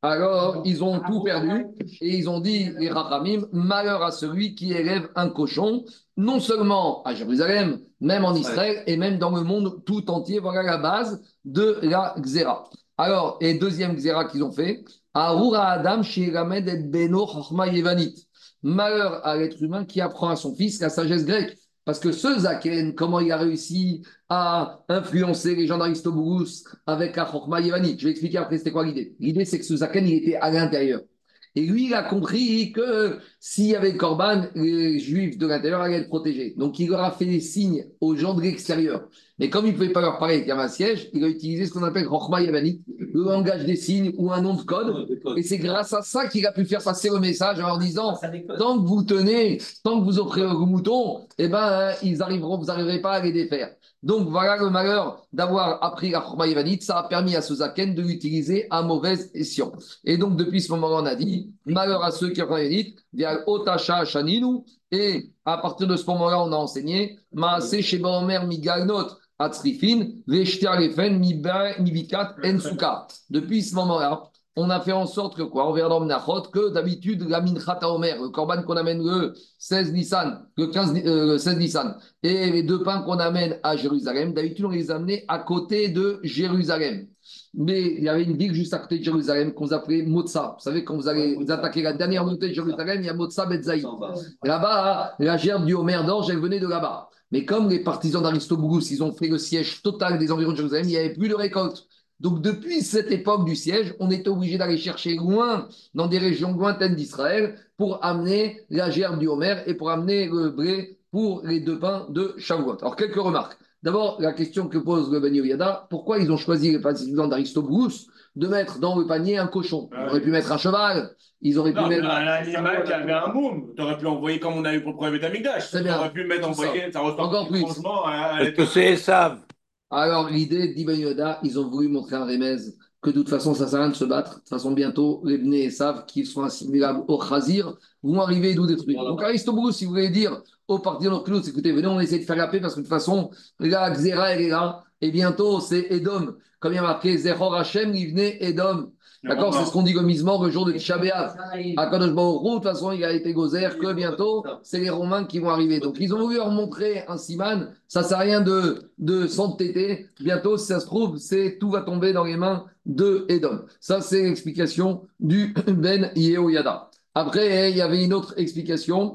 Alors, ils ont tout perdu et ils ont dit, les Rachamim, malheur à celui qui élève un cochon, non seulement à Jérusalem, même en Israël et même dans le monde tout entier. Voilà la base de la Xéra. Alors, et deuxième Xéra qu'ils ont fait, Arura Adam Shiramed et Beno Chochma Yevanit. Malheur à l'être humain qui apprend à son fils la sagesse grecque. Parce que ce Zaken, comment il a réussi à influencer les gens d'Aristobulus avec la Chokhmah Yévanite? Je vais expliquer après c'était quoi l'idée. L'idée, c'est que ce Zaken, il était à l'intérieur. Et lui, il a compris que s'il y avait le Corban, les Juifs de l'intérieur allaient être protégés. Donc, il leur a fait des signes aux gens de l'extérieur. Mais comme il ne pouvait pas leur parler qu'il y avait un siège, il a utilisé ce qu'on appelle Chokhmah Yavanite, le langage des signes ou un nom de code. Et c'est grâce à ça qu'il a pu faire passer le message en leur disant tant que vous tenez, tant que vous offrez le mouton, eh ben, ils arriveront, vous n'arriverez pas à les défaire. Donc voilà le malheur d'avoir appris la Chokhmah Yavanite. Ça a permis à ce Zaken de l'utiliser à mauvaise escient. Et donc, depuis ce moment-là, on a dit malheur à ceux qui ont dit, via Otacha Shaninu. Et à partir de ce moment-là, on a enseigné Maase Sheba Omer Migalnot Atzrifin, Veshtiarefen Mivikat Ensuka. Depuis ce moment-là, on a fait en sorte que quoi? On verra dans Menachot que d'habitude, la Minchat Omer, le Korban qu'on amène le seize Nissan, le, quinze, euh, le seize Nissan, et les deux pains qu'on amène à Jérusalem, d'habitude, on les amenait à côté de Jérusalem. Mais il y avait une ville juste à côté de Jérusalem qu'on appelait Motza. Vous savez, quand vous allez vous attaquer la dernière montée de Jérusalem, il y a Motza Betzaï. Là-bas, la gerbe du Homer d'Orge, elle venait de là-bas. Mais comme les partisans d'Aristobulus, ils ont fait le siège total des environs de Jérusalem, il n'y avait plus de récolte. Donc, depuis cette époque du siège, on était obligé d'aller chercher loin, dans des régions lointaines d'Israël, pour amener la gerbe du Homer et pour amener le blé pour les deux pains de Shavuot. Alors, quelques remarques. D'abord, la question que pose le Ben Yehoyada, pourquoi ils ont choisi les partisans d'Aristobulus de mettre dans le panier un cochon? Ils auraient pu mettre un cheval, ils auraient Non, pu mettre... un animal qui avait un boom. Tu aurais pu envoyer comme on a eu pour le premier d'Amigdash. C'est Tu bien. aurais pu mettre en C'est ça. briquet, ça ressemble Encore plus. franchement à, à Est-ce que c'est Esav? Alors, l'idée d'Ibn Yoda, ils ont voulu montrer un remez que de toute façon, ça ne sert à rien de se battre. De toute façon, bientôt, les Bnei savent qu'ils sont assimilables au Khazir, vont arriver et nous détruire. Donc, Aristobulus, si vous voulez dire au parti de notre écoutez, venez, on essaie de faire la paix parce que de toute façon, la Xéra, elle est là. Et bientôt, c'est Edom. Comme il y a marqué, Zechor Hashem, il venait Edom. D'accord, c'est ce qu'on dit comme Mizmor le jour de Tisha B'Av. À Kadosh Baruch Hu, de toute façon, il a été gozer que bientôt, c'est les Romains qui vont arriver. Donc, ils ont voulu leur montrer un siman. Ça ne sert à rien de, de s'entêter. Bientôt, si ça se trouve, c'est, tout va tomber dans les mains de Edom. Ça, c'est l'explication du Ben Yehoyada. Après, il y avait une autre explication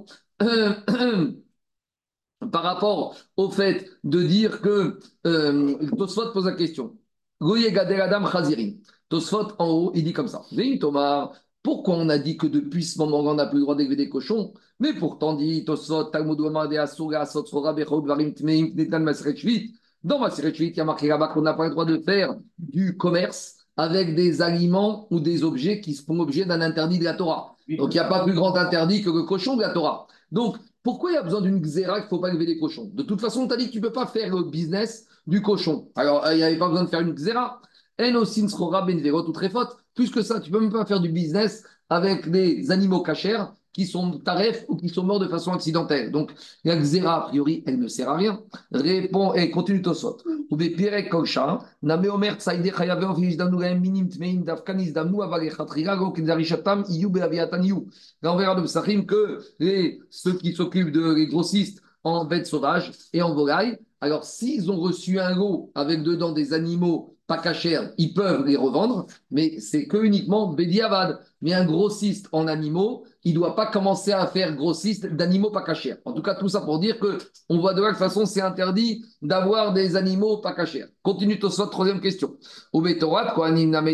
par rapport au fait de dire que euh, Tosfot pose la question. Goye Gadel Adam Chazirim. Tosfot, en haut, il dit comme ça. Véhi Thomas, pourquoi on a dit que depuis ce moment-là, on n'a plus le droit d'élever des cochons? Mais pourtant, dit Tosfot, Talmud Omar de Asura, Sotsora, Bechod, Varim, Tmeim, Netan, Maseret Shvit. Dans Maseret Shvit, il y a marqué là-bas qu'on n'a pas le droit de faire du commerce avec des aliments ou des objets qui font l'objet d'un interdit de la Torah. Donc, il n'y a pas plus grand interdit que le cochon de la Torah. Donc, pourquoi il y a besoin d'une xéra qu'il ne faut pas élever des cochons? De toute façon, on t'a dit que tu ne peux pas faire le business du cochon. Alors, il n'y avait pas besoin de faire une xéra. En aussi srora ben verot ou très faute. Plus que ça, tu ne peux même pas faire du business avec des animaux cachers qui sont tarefs ou qui sont morts de façon accidentelle. Donc, la xéra, a priori, elle ne sert à rien. Répond et continue Tosot. Ou des pirek kolcha, name omer tsaïde chayave ofish danu gaem minim tmeim dafkanis danu avale chatrira go kenzarishatam iyu beaviatan iyu. Là, on verra de Psachim que les, ceux qui s'occupent de les grossistes en bêtes sauvages et en volailles, alors s'ils ont reçu un lot avec dedans des animaux pas cachers, ils peuvent les revendre, mais c'est que uniquement Bédiavad. Mais un grossiste en animaux, il ne doit pas commencer à faire grossiste d'animaux pas cachers. En tout cas, tout ça pour dire que on voit de là que de toute façon, c'est interdit d'avoir des animaux pas cachers. Continue Tosfot, troisième question. Au Betorat, quand il y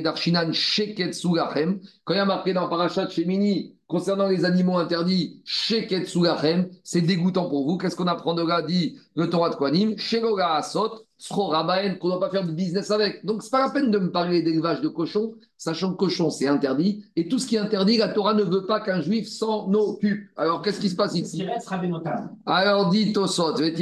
a marqué dans Parashat Shemini, concernant les animaux interdits, Sheketsu Lachem, c'est dégoûtant pour vous. Qu'est-ce qu'on apprend de là, dit le Torah de Kohanim, Shegoga Asot, Srorabaen, qu'on ne doit pas faire de business avec. Donc, ce n'est pas la peine de me parler d'élevage de cochons, sachant que cochon, c'est interdit. Et tout ce qui est interdit, la Torah ne veut pas qu'un juif s'en occupe. Alors, qu'est-ce qui se passe ici? Alors, dit Tosot, quand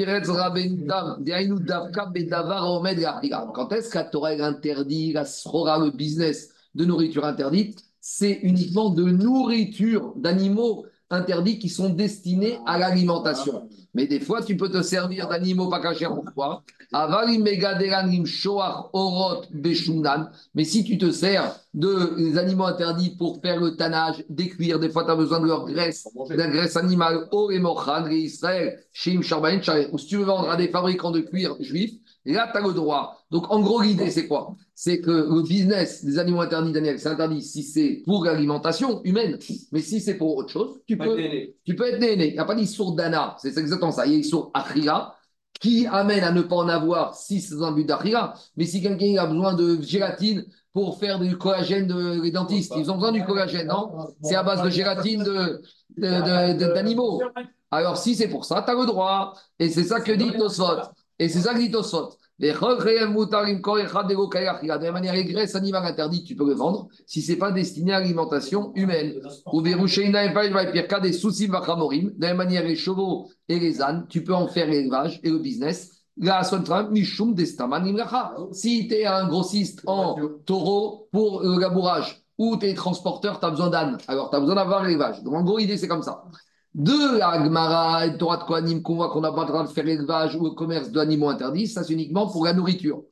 est-ce que la Torah interdit la Srora, le business de nourriture interdite? C'est uniquement de nourriture d'animaux interdits qui sont destinés à l'alimentation. Mais des fois, tu peux te servir d'animaux pas cachés. Pourquoi? Avalim megaderanim shoach orot beshunan. Mais si tu te sers de des animaux interdits pour faire le tannage, des cuirs, des fois tu as besoin de leur graisse, de la graisse animale, o et mochan, et Israël, shim sharbain charé. Ou si tu veux vendre à des fabricants de cuir juifs, là tu as le droit. Donc en gros, l'idée c'est quoi? C'est que le business des animaux interdits, Daniel, c'est interdit si c'est pour l'alimentation humaine. Mais si c'est pour autre chose, tu peux, tu peux être né. Il n'y a pas d'issour d'ana, c'est exactement ça. Il y a l'issour achira qui amène à ne pas en avoir si c'est un but d'achira. Mais si quelqu'un a besoin de gélatine pour faire du collagène, de, les dentistes, ils ont besoin du collagène, non? C'est à base de gélatine de, de, de, de, d'animaux. Alors si c'est pour ça, tu as le droit. Et c'est ça que dit Tosfot. Et c'est ça que dit Tosfot. De la même manière, les graisses animales interdites, tu peux les vendre si ce n'est pas destiné à l'alimentation humaine. Ou de la même manière, les chevaux et les ânes, tu peux en faire l'élevage et le business. Si tu es un grossiste en taureau pour le labourage ou tu es transporteur, tu as besoin d'ânes. Alors tu as besoin d'avoir l'élevage. Donc en gros, l'idée, c'est comme ça. De la Gemara et de Torah de Kohanim qu'on voit qu'on n'a pas le droit de faire l'élevage ou le commerce d'animaux interdits, ça c'est uniquement pour la nourriture.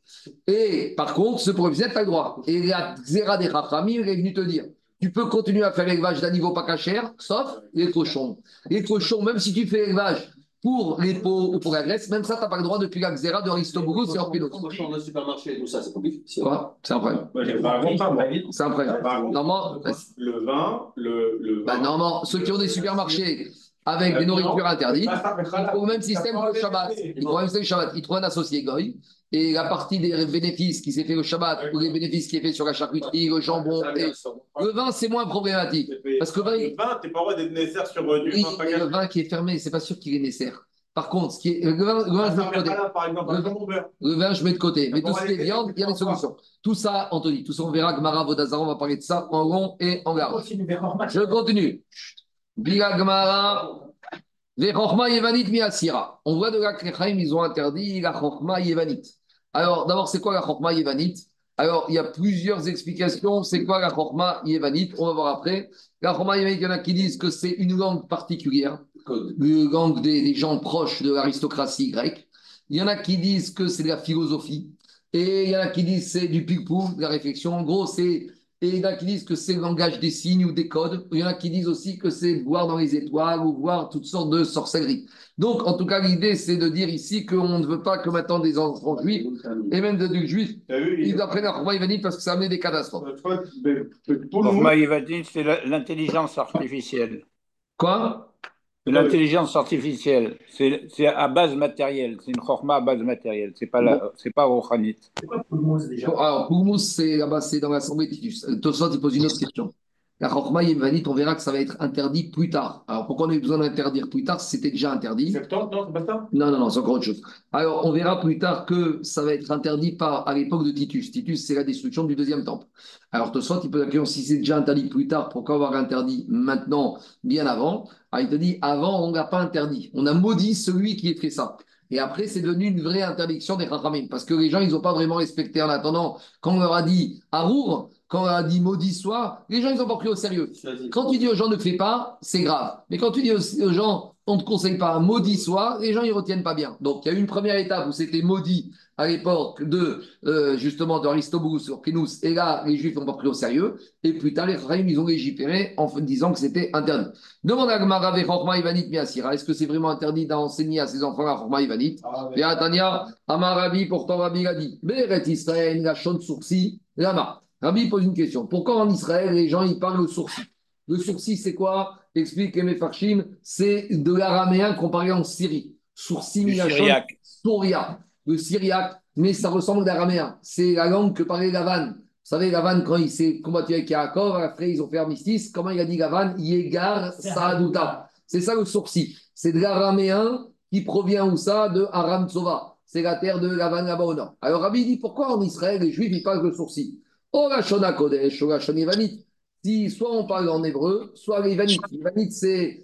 Et par contre, ce professionnel, tu as le droit. Et la Xéra des Chachamim, il est venu te dire, tu peux continuer à faire l'élevage d'animaux pas cachers, sauf les cochons. Les cochons, même si tu fais l'élevage pour les peaux ou pour la graisse, même ça, tu n'as pas le droit depuis la Xéra de Aristoboulou, c'est Orpinos. Les cochons dans le supermarché, tout ça, c'est compliqué. Quoi? C'est un problème. Moi, j'ai pas un contrat, moi. C'est un problème. Normalement, Le vin, le. le bah, vin, normalement, ceux qui ont des supermarchés avec des nourritures interdites, ils trouvent le même système que le Shabbat. Ils trouvent le même système que le Shabbat. Ils trouvent un associé Goy. Et la partie des bénéfices qui s'est fait au Shabbat ou les bénéfices qui est fait sur la charcuterie, le jambon, et le vin, c'est moins problématique. Parce que le vin, le vin, t'es pas droit d'être nécessaire sur du oui, vin pas mais le caché. vin qui est fermé, c'est pas sûr qu'il est nécessaire. Par contre, ce qui est, le vin, le vin, je mets de côté. Par exemple, Le un vin, jambon beurre. le vin, je mets de côté. Mais tout ce qui est aller- viande, il y a des solutions. Tout ça, Anthony, tout ça, on verra que Mara Vodazara, on va parler de ça en rond et en large. Je continue. Bila Gemara. Les Chochma Yevanit Miasira. On voit de là que les Chaim, ils ont interdit la Chochma Yevanit. Alors, d'abord, c'est quoi la Chochma Yevanit? Alors, il y a plusieurs explications. C'est quoi la Chochma Yevanit? On va voir après. La Chochma Yevanit, il y en a qui disent que c'est une langue particulière, une langue des, des gens proches de l'aristocratie grecque. Il y en a qui disent que c'est de la philosophie. Et il y en a qui disent que c'est du ping-pong, de la réflexion. En gros, c'est. Et il y en a qui disent que c'est le langage des signes ou des codes. Il y en a qui disent aussi que c'est voir dans les étoiles ou voir toutes sortes de sorcelleries. Donc, en tout cas, l'idée, c'est de dire ici qu'on ne veut pas que maintenant des enfants juifs, et même des adultes juifs, T'as vu, ils apprennent à Chochma Yevanit parce que ça amène des catastrophes. Toi, mais- mais tout le monde. Chochma Yevanit, c'est la- l'intelligence artificielle. Quoi? L'intelligence artificielle, c'est c'est à base matérielle. C'est une Chochma à base matérielle. C'est pas la, c'est pas Rochanit. C'est quoi Poulmos déjà? Bon, alors, Pougmous, c'est là-bas, c'est dans l'Assemblée Titus. Tosfot, il pose une autre question. La Chochma Yevanit, on verra que ça va être interdit plus tard. Alors, pourquoi on a eu besoin d'interdire plus tard si c'était déjà interdit? Septembre, non, c'est pas ça? Non, non, non, c'est encore autre chose. Alors, on verra plus tard que ça va être interdit par, à l'époque de Titus. Titus, c'est la destruction du deuxième temple. Alors, Tosfot, il pose la question, si c'est déjà interdit plus tard, pourquoi avoir interdit maintenant, bien avant? Alors, il te dit, avant, on n'a pas interdit. On a maudit celui qui a fait ça. Et après, c'est devenu une vraie interdiction des Chachamim. Parce que les gens, ils n'ont pas vraiment respecté en attendant. Quand on leur a dit Arour, quand on leur a dit maudit soit, les gens, ils n'ont pas pris au sérieux. Quand tu dis aux gens ne fais pas, c'est grave. Mais quand tu dis aux, aux gens on ne te conseille pas maudit soit, les gens ils ne retiennent pas bien. Donc il y a eu une première étape où c'était maudit à l'époque de euh, justement d'Aristobulus sur Pinus, et là les Juifs n'ont pas pris au sérieux. Et plus tard, les Chachamim, ils ont légiféré en disant que c'était interdit. Demande à Gemara avec Chochma Ivanit Miasira, est-ce que c'est vraiment interdit d'enseigner à ses enfants la Chochma Ivanit? Et à Tania, Amar Rabbi, pourtant Rabbi l'a dit, Beret Israël, la chonne sourcil, Lama. Rabbi pose une question. Pourquoi en Israël, les gens ils parlent au sourcil? Le sourcil, c'est quoi? Explique Aimé Farshim, c'est de l'araméen comparé en Syrie. Sourcil, Du Milachon, syriaque. Soria, le syriaque, mais ça ressemble à l'araméen. C'est la langue que parlait Gavan. Vous savez, Gavan, quand il s'est combattu avec Yaakov, après ils ont fait armistice, comment il a dit Gavan? Yegar Saaduta. C'est ça le sourcil. C'est de l'araméen qui provient où ça? De Aram Tsova. C'est la terre de Gavan là-bas au nord. Alors Rabbi dit pourquoi en Israël les Juifs ils parlent le sourcil? Oh la Shona Kodesh, oh la Shona Ivanit. Si soit on parle en hébreu, soit l'Ivanite. L'Ivanite, c'est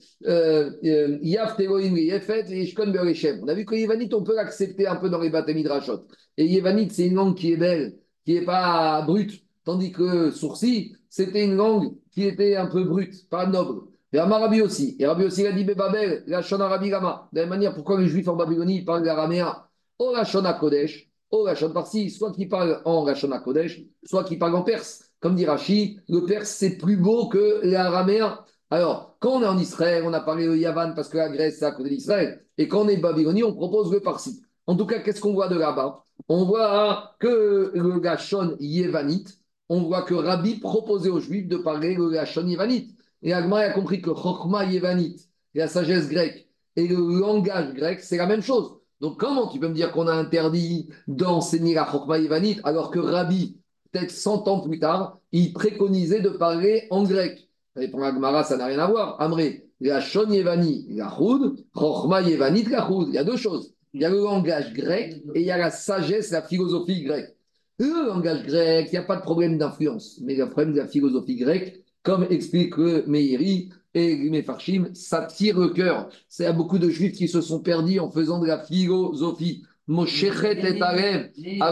Yav Tegoïm Yefet et Yeshkon Bereshem. On a vu que l'Ivanite, on peut l'accepter un peu dans les baptêmes Midrashot. Et l'Ivanite, c'est une langue qui est belle, qui n'est pas brute. Tandis que Sourci, c'était une langue qui était un peu brute, pas noble. Et Amar Rabbi aussi. Et Rabbi aussi il a dit Babel, la Shona Rabbi Gama. De la même manière, pourquoi les Juifs en Babylonie ils parlent l'araméen? Oh la Shona Kodesh, oh la Shona Parsi, soit qu'ils parlent en la Shona Kodesh, soit qu'ils parlent en perse. Comme dit Rashi, le perse c'est plus beau que l'araméen. Alors, quand on est en Israël, on a parlé de Yavan parce que la Grèce c'est à côté d'Israël. Et quand on est Babylonie, on propose le Parsi. En tout cas, qu'est-ce qu'on voit de là-bas? On voit que le Gashon Yévanite, on voit que Rabbi proposait aux Juifs de parler le Gashon Yévanite. Et Agma a compris que Chokhma Yévanite, la sagesse grecque, et le langage grec, c'est la même chose. Donc, comment tu peux me dire qu'on a interdit d'enseigner la Chokhma Yévanite alors que Rabbi, peut-être cent ans plus tard, il préconisait de parler en grec? Répond Agmara, ça n'a rien à voir. Amré, la Shon Yévani, la Choud, Chokhma Yévanite, la Choud. Il y a deux choses. Il y a le langage grec et il y a la sagesse, la philosophie grecque. Le langage grec, il n'y a pas de problème d'influence, mais le problème de la philosophie grecque, comme explique le Meiri et Mefarshim, ça tire le cœur. Il y a beaucoup de juifs qui se sont perdus en faisant de la philosophie. Moshechet et Alev,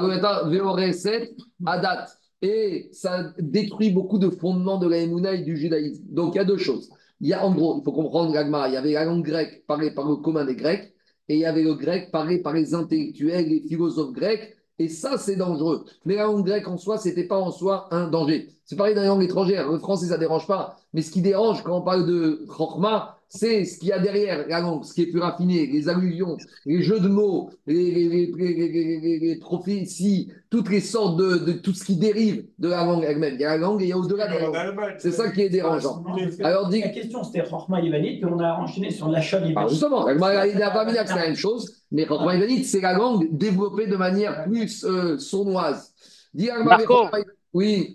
Veoreset, Adat. Et ça détruit beaucoup de fondements de la Emouna et du judaïsme. Donc il y a deux choses. Il y a en gros, il faut comprendre l'Agma, il y avait la langue grecque parlée par le commun des Grecs, et il y avait le grec parlé par les intellectuels, les philosophes grecs. Et ça, c'est dangereux. Mais la langue grecque en soi, ce n'était pas en soi un danger. C'est pareil dans les langues étrangères. Le français, ça ne dérange pas. Mais ce qui dérange quand on parle de Chokhmah, c'est ce qu'il y a derrière la langue, ce qui est plus raffiné, les allusions, les jeux de mots, les, les, les, les, les, les, les prophéties, toutes les sortes de, de tout ce qui dérive de la langue elle-même. Il y a la langue et il y a au-delà de la langue. C'est ça qui est dérangeant. Alors, La question, c'était Chokhmah Yévanite, puis on a enchaîné sur Lachon Yévanite. Alors justement, il n'a pas mis que c'est la même chose, mais Chokhmah Yévanite, c'est la langue développée de manière plus euh, sournoise. Dis, Marco, oui.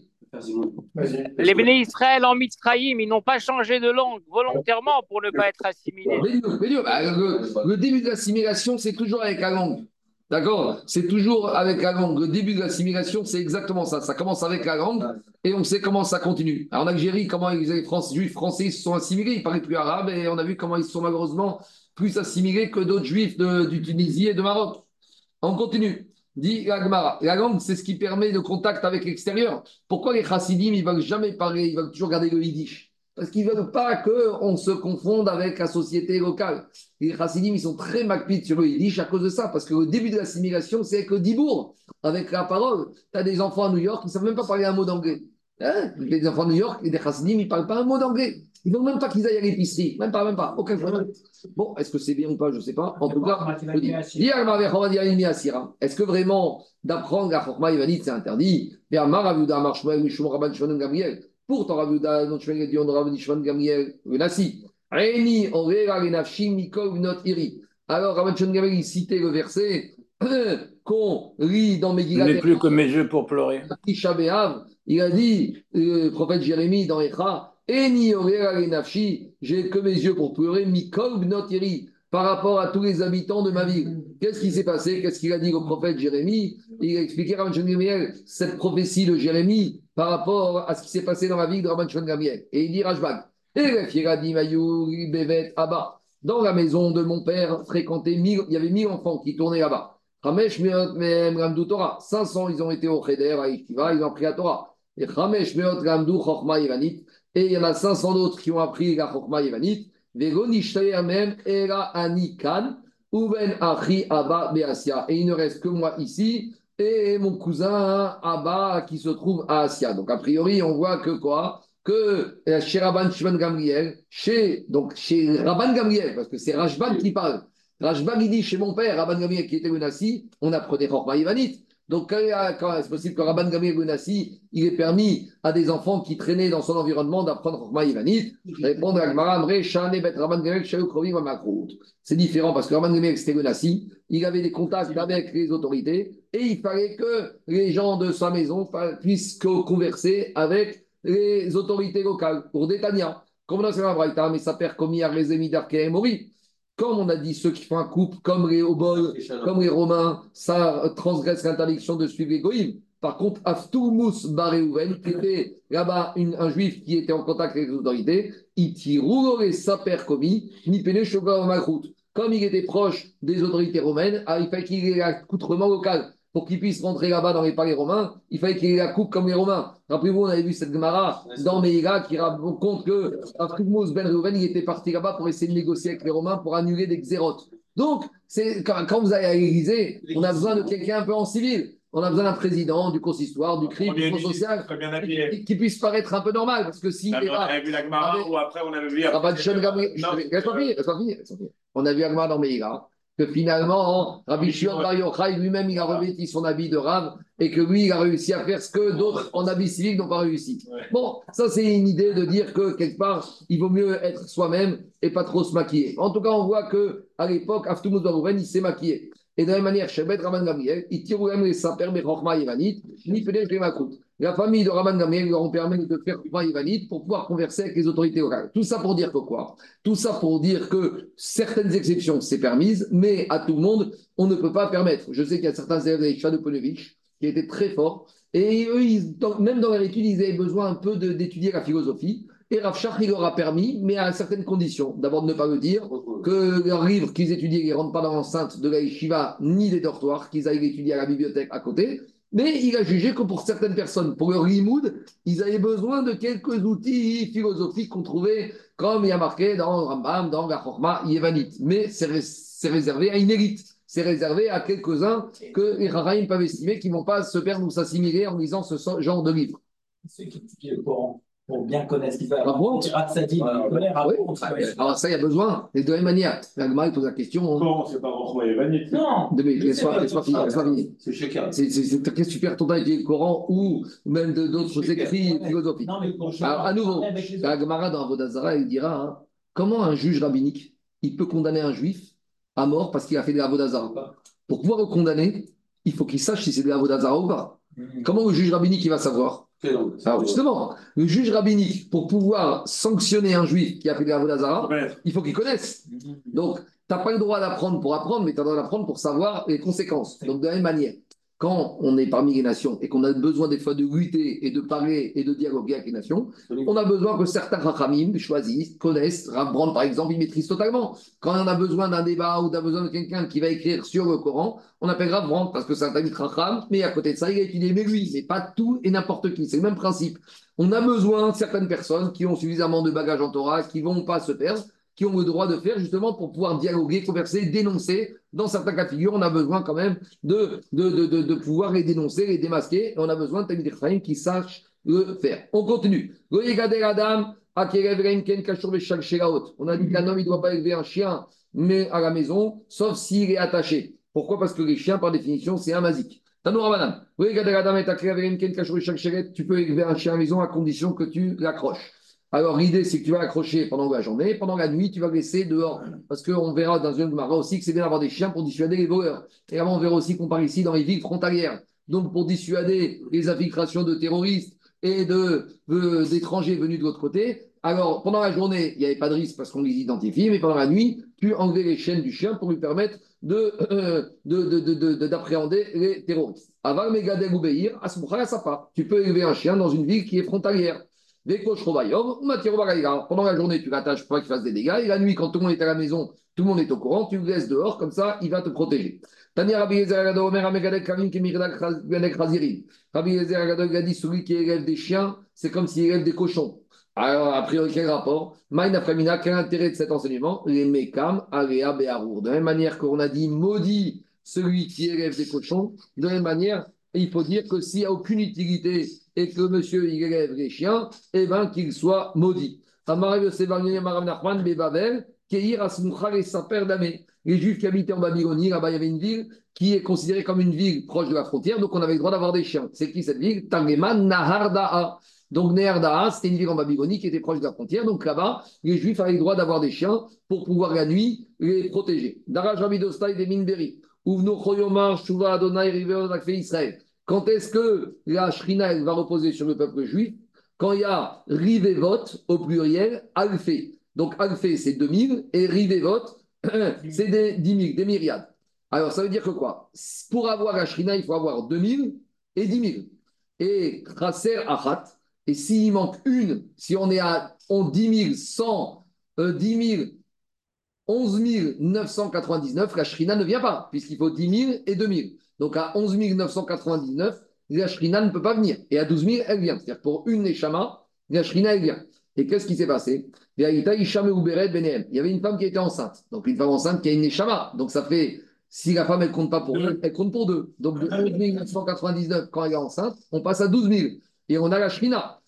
les Béné Israël en Mitzrayim, ils n'ont pas changé de langue volontairement pour ne pas être assimilés. Mais, mais, mais, bah, le, le début de l'assimilation, c'est toujours avec la langue. D'accord? C'est toujours avec la langue. Le début de l'assimilation, c'est exactement ça. Ça commence avec la langue et on sait comment ça continue. Alors, en Algérie, comment les France, juifs français se sont assimilés, ils ne parlaient plus arabe et on a vu comment ils se sont malheureusement plus assimilés que d'autres juifs de, du Tunisie et de Maroc. On continue. Dit la Gemara. La langue, c'est ce qui permet le contact avec l'extérieur. Pourquoi les chassidim, ils ne veulent jamais parler, ils veulent toujours garder le yiddish? Parce qu'ils ne veulent pas qu'on se confonde avec la société locale. Les chassidim, ils sont très macpides sur le yiddish à cause de ça. Parce que le début de l'assimilation, c'est avec le dibour, avec la parole. Tu as des enfants à New York qui ne savent même pas parler un mot d'anglais. Hein, les enfants de New York et des chassidim, ils ne parlent pas un mot d'anglais. Ils ne veulent même pas qu'ils aillent à l'épicerie. Même pas, même pas. Aucun problème. Bon, est-ce que c'est bien ou pas? Je ne sais pas. En tout cas, est-ce que vraiment d'apprendre la Chokhmah Yévanite, c'est interdit? Pourtant, Raviuda, notre chemin dit on aura Nishman Gamiel, Venassi. Réni, on verra les nafshim, Mikol, not iri. Alors, Rabban Shimon Gamliel, il citait le verset qu'on lit dans Megillah. Je n'ai plus que mes yeux pour pleurer. Tisha B'Av, il a dit, le prophète Jérémie dans Echa, Eni orera les nafshi, j'ai que mes yeux pour pleurer, Mikol, not iri, par rapport à tous les habitants de ma ville. Qu'est-ce qui s'est passé? Qu'est-ce qu'il a dit au prophète Jérémie? Il a expliqué à Rabban Shimon Gamliel cette prophétie de Jérémie par rapport à ce qui s'est passé dans la ville de Rabban Shimon Gamliel. Et il dit Rajbag, dans la maison de mon père, fréquenté mille, il y avait mille enfants qui tournaient là-bas. cinq cents, ils ont été au Cheder, à Yeshiva, ils ont appris la Torah. Et et il y en a cinq cents d'autres qui ont appris la Chokhmah Yévanite. Et il ne reste que moi ici et mon cousin Abba qui se trouve à Asia. Donc, a priori, on voit que quoi? Que chez Rabban Shimon Gamliel, chez, donc chez Rabban Gamliel, parce que c'est Rashban qui parle. Rashban, il dit chez mon père, Rabban Gamliel qui était le Nassi, on apprenait Chokhmah Yévanite. Donc, quand c'est possible que Rabban Gamliel le Nassi, il ait permis à des enfants qui traînaient dans son environnement d'apprendre Chokhmah Yévanite. Répondre à Gmara, Amré, Shane, Bet, Rabban Gamliel, Shaou, Krovi, Mamakrout. C'est différent parce que Rabban Gamliel, c'était le Nassi, il avait des contacts avec les autorités et il fallait que les gens de sa maison puissent converser avec les autorités locales. Pour Détania, comme dans la Braïta, mais ça perd comme hier les émis d'Arké et Mori. Comme on a dit, ceux qui font un couple, comme les Obol, comme les Romains, ça transgresse l'interdiction de suivre les Goïms. Par contre, Aftoumus Baréouven, qui était là-bas une, un juif qui était en contact avec les autorités, il tirou et saper commis, ni péné Shogar Makrout. Comme il était proche des autorités romaines, il fallait qu'il ait l'accoutrement local. pour qu'il puisse rentrer là-bas dans les palais romains, il fallait qu'il ait la coupe comme les Romains. Rappelez-vous, on avait vu cette Gemara dans Meïla qui raconte que Afrikmous Ben Reuven, il était parti là-bas pour essayer de négocier avec les Romains pour annuler des xérotes. Donc, c'est, quand, quand vous allez à l'Élysée, on a besoin de quelqu'un un peu en civil. On a besoin d'un président, du consistoire, du crime, du fonds social, qui, qui puisse paraître un peu normal. Parce que si. On avait vu la Gemara avec, ou après on avait vu. Ah, bah, on a vu la Gemara dans Meïla que finalement, Rabbi Shimon Bar Yochai lui-même, il a revêti son habit de rave et que lui, il a réussi à faire ce que d'autres en habit civil n'ont pas réussi. Ouais. Bon, ça, c'est une idée de dire que quelque part, il vaut mieux être soi-même et pas trop se maquiller. En tout cas, on voit qu'à l'époque, Avtumuz Bar Reuven, il s'est maquillé. Et de la même manière, Shebet Raman Gamliel, il tire même les saper, mais Rochma Yevanit, ni peut-être les Makout. La famille de Raman Gamliel leur ont permis de faire Rochma Yevanit pour pouvoir converser avec les autorités locales. Tout ça pour dire que quoi? Tout ça pour dire que certaines exceptions, c'est permise, mais à tout le monde, on ne peut pas permettre. Je sais qu'il y a certains élèves de de Ponevic qui étaient très forts, et eux, ils, dans, même dans leur étude, ils avaient besoin un peu de, d'étudier la philosophie. Et Rav Shach, il leur a permis, mais à certaines conditions. D'abord, de ne pas me dire que leurs livres qu'ils étudiaient ne rentrent pas dans l'enceinte de la yeshiva ni des dortoirs, qu'ils aillent étudier à la bibliothèque à côté. Mais il a jugé que pour certaines personnes, pour leur limoud, ils avaient besoin de quelques outils philosophiques qu'on trouvait, comme il y a marqué dans Rambam, dans la Chorma Yevanit. Mais c'est, ré- c'est réservé à une élite. C'est réservé à quelques-uns que les Rahim peuvent estimer qu'ils ne vont pas se perdre ou s'assimiler en lisant ce genre de livre. Ceux qui étudient le Coran, pour bien connaître ce qu'il fait. Raconte. Alors ça, il y a besoin. Et de la même manière, la Gemara pose la question. Coran, c'est pas Rochma Yevanit. Non. C'est chacun. C'est qu'est-ce que tu perds ton temps avec le Coran ou même de, d'autres écrits philosophiques. Non, mais alors, à nouveau, la Gemara dans Avodazara, il dira hein, comment un juge rabbinique il peut condamner un juif à mort parce qu'il a fait de l'Avodazara. Pour pouvoir le condamner, il faut qu'il sache si c'est de l'Avodazara ou pas. Comment le juge rabbinique il va savoir? Alors justement, le juge rabbinique, pour pouvoir sanctionner un juif qui a fait de l'Avodazara, il faut qu'il connaisse. Donc, tu n'as pas le droit d'apprendre pour apprendre, mais tu as le droit d'apprendre pour savoir les conséquences. Donc, de la même manière, quand on est parmi les nations et qu'on a besoin des fois de lutter et de parler et de dialoguer avec les nations, on a besoin que certains rachamim choisissent, connaissent. Rav Brand, par exemple, il maîtrise totalement. Quand on a besoin d'un débat ou d'un besoin de quelqu'un qui va écrire sur le Coran, on appelle Rav Brand parce que c'est un tamid racham, mais à côté de ça, il a étudié, mais lui, mais pas tout et n'importe qui. C'est le même principe. On a besoin de certaines personnes qui ont suffisamment de bagages en Torah, qui ne vont pas se perdre, qui ont le droit de faire justement pour pouvoir dialoguer, converser, dénoncer. Dans certains cas de figure, on a besoin quand même de, de, de, de, de pouvoir les dénoncer, les démasquer. Et on a besoin de Talmidei Chachamim qui sachent le faire. On continue. On a dit qu'un homme, il ne doit pas élever un chien mais à la maison, sauf s'il est attaché. Pourquoi? Parce que les chiens, par définition, c'est un mazik. Tanou Rabanan. Tu peux élever un chien à la maison à condition que tu l'accroches. Alors, l'idée, c'est que tu vas l'accrocher pendant la journée. Pendant la nuit, tu vas le laisser dehors. Parce qu'on verra dans une Gemara aussi que c'est bien d'avoir des chiens pour dissuader les voleurs. Et avant, on verra aussi qu'on parle ici dans les villes frontalières. Donc, pour dissuader les infiltrations de terroristes et de, de, d'étrangers venus de l'autre côté. Alors, pendant la journée, il n'y avait pas de risque parce qu'on les identifie. Mais pendant la nuit, tu enlevais les chaînes du chien pour lui permettre de, euh, de, de, de, de, de, d'appréhender les terroristes. Aval Megadel ou Beir, à ce moment-là, ça part. Tu peux élever un chien dans une ville qui est frontalière. Pendant la journée, tu l'attaches pour pas qu'il fasse des dégâts. Et la nuit, quand tout le monde est à la maison, tout le monde est au courant, tu le laisses dehors, comme ça, il va te protéger. Tania Rabbi Yezer Agado Omer Amegadek Kavim Kemirdak Razirim. Rabbi Yezer Agado a dit celui qui élève des chiens, c'est comme s'il élève des cochons. Alors, a priori, quel rapport? Maïna Framina, quel intérêt de cet enseignement? Les Mekam, Alea Beharour. De la même manière qu'on a dit maudit celui qui élève des cochons, de la même manière, il faut dire que s'il n'y a aucune utilité et que monsieur il élève les chiens, eh bien qu'il soit maudit. Les Juifs qui habitaient en Babylonie, là-bas il y avait une ville qui est considérée comme une ville proche de la frontière, donc on avait le droit d'avoir des chiens. C'est qui cette ville? Tangeman Nahardaa. Donc Nehardaa, c'était une ville en Babylonie qui était proche de la frontière, donc là-bas les Juifs avaient le droit d'avoir des chiens pour pouvoir la nuit les protéger. Daraj Rabidostai de Minberi. Quand est-ce que la Shrina va reposer sur le peuple juif? Quand il y a Rivevot au pluriel, Alfé. Donc Alfé, c'est deux mille et Rivevot, c'est des dix mille, des myriades. Alors ça veut dire que quoi? Pour avoir la Shrina, il faut avoir deux mille et dix mille. Et Chaser Achat. Et s'il manque une, si on est à dix mille cent, euh, dix mille, onze mille neuf cent quatre-vingt-dix-neuf, la Shrina ne vient pas, puisqu'il faut dix mille et deux mille. Donc à onze mille neuf cent quatre-vingt-dix-neuf, la Shrina ne peut pas venir. Et à douze mille, elle vient. C'est-à-dire pour une Neshama, la Shrina, elle vient. Et qu'est-ce qui s'est passé? Il y avait une femme qui était enceinte. Donc une femme enceinte qui a une Neshama. Donc ça fait, si la femme, elle compte pas pour une, elle compte pour deux. Donc de onze mille neuf cent quatre-vingt-dix-neuf, quand elle est enceinte, on passe à douze mille. Et on a la Shrina.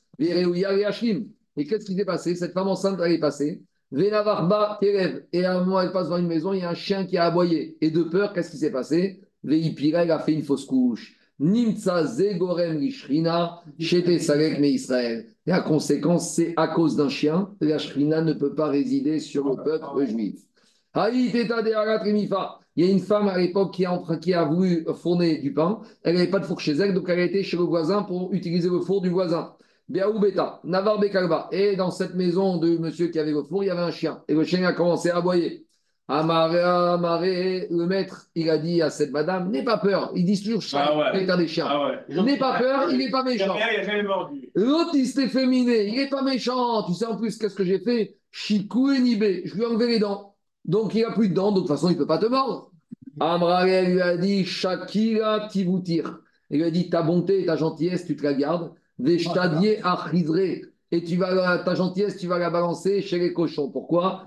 Et qu'est-ce qui s'est passé? Cette femme enceinte, elle est passée. Venavarba Terev. Et à un moment, elle passe devant une maison, il y a un chien qui a aboyé. Et de peur, qu'est-ce qui s'est passé? Veipira, il a fait une fausse couche. Nimtsa Zegorem Lishrina, Shete Salek Me Israël. La conséquence, c'est à cause d'un chien, la Shrina ne peut pas résider sur le peuple juif. Haït Eta de Harat Remifa. Il y a une femme à l'époque qui a, qui a voulu fourner du pain. Elle n'avait pas de four chez elle, donc elle a été chez le voisin pour utiliser le four du voisin. Beta, Navar Bekalba. Et dans cette maison de monsieur qui avait le four, il y avait un chien. Et le chien a commencé à aboyer. Amaré, amaré, le maître, il a dit à cette madame, n'aie pas peur. Ils disent toujours chien, ah ouais. des chiens. Ah ouais. N'aie pas peur, il n'est pas méchant. L'autre, il s'est féminé, il n'est pas méchant. Tu sais en plus, qu'est-ce que j'ai fait? Chikou et Nibé, je lui ai enlevé les dents. Donc il n'a plus de dents, de toute façon, il ne peut pas te mordre. Amrare lui a dit, Shakira Tivoutir. Il lui a dit, ta bonté et ta gentillesse, tu te la gardes. Veshtadier achizre. Et tu vas, ta gentillesse, tu vas la balancer chez les cochons. Pourquoi?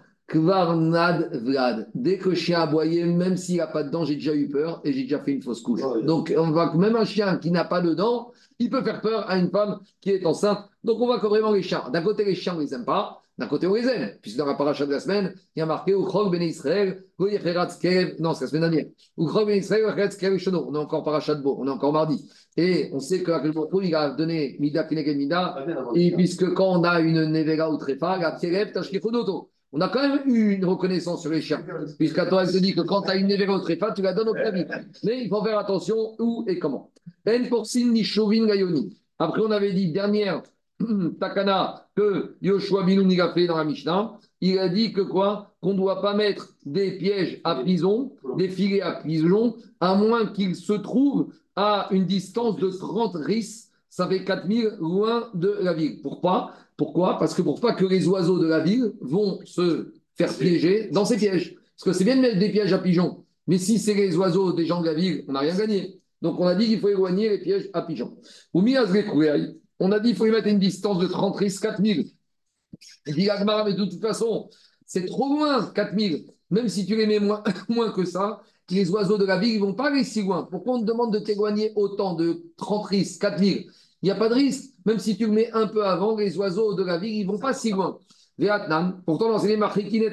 Kvarnad Vlad. Dès que le chien a aboyé, même s'il n'a pas de dents, j'ai déjà eu peur et j'ai déjà fait une fausse couche. Oh, yeah. Donc, on voit que même un chien qui n'a pas de dents, il peut faire peur à une femme qui est enceinte. Donc, on voit que vraiment les chiens, d'un côté, les chiens, on ne les aime pas. D'un côté, on les aime. Puisque dans la paracha de la semaine, il y a marqué Uchrog ben Israël, non, c'est la semaine dernière. Uchrog ben Israël, on est encore paracha de Beau, on est encore mardi. Et on sait que il a donné Mida Keneged Mida, et puisque quand on a une Nevera ou Tréfa, la Tcherev, Tashkechonoto. On a quand même eu une reconnaissance sur les chiens, puisqu'à toi, elle te dit que quand tu as une Nevera ou Tréfa, tu la donnes au Klavit. Mais il faut faire attention où et comment. En Porsin ni Chauvin Gayoni. Après, on avait dit dernière Takana que Yoshua Binoun il a fait dans la Mishnah. Il a dit que quoi? Qu'on ne doit pas mettre des pièges à prison, des filets à prison, à moins qu'ils se trouvent à une distance de trente ris, ça fait quatre mille loin de la ville. Pourquoi? Pourquoi? Parce que pour pas que les oiseaux de la ville vont se faire piéger dans ces pièges. Parce que c'est bien de mettre des pièges à pigeons, mais si c'est les oiseaux des gens de la ville, on n'a rien gagné. Donc on a dit qu'il faut éloigner les pièges à pigeons. On a dit qu'il faut y mettre une distance de trente ris, quatre mille. Il dit Agmara, mais de toute façon, c'est trop loin, quatre mille. Même si tu les mets moins, moins que ça, les oiseaux de la ville, ils ne vont pas aller si loin. Pourquoi on te demande de t'éloigner autant de trente ris, quatre mille? Il n'y a pas de risque. Même si tu le mets un peu avant, les oiseaux de la ville, ils ne vont pas si loin. Vietnam, pourtant, dans les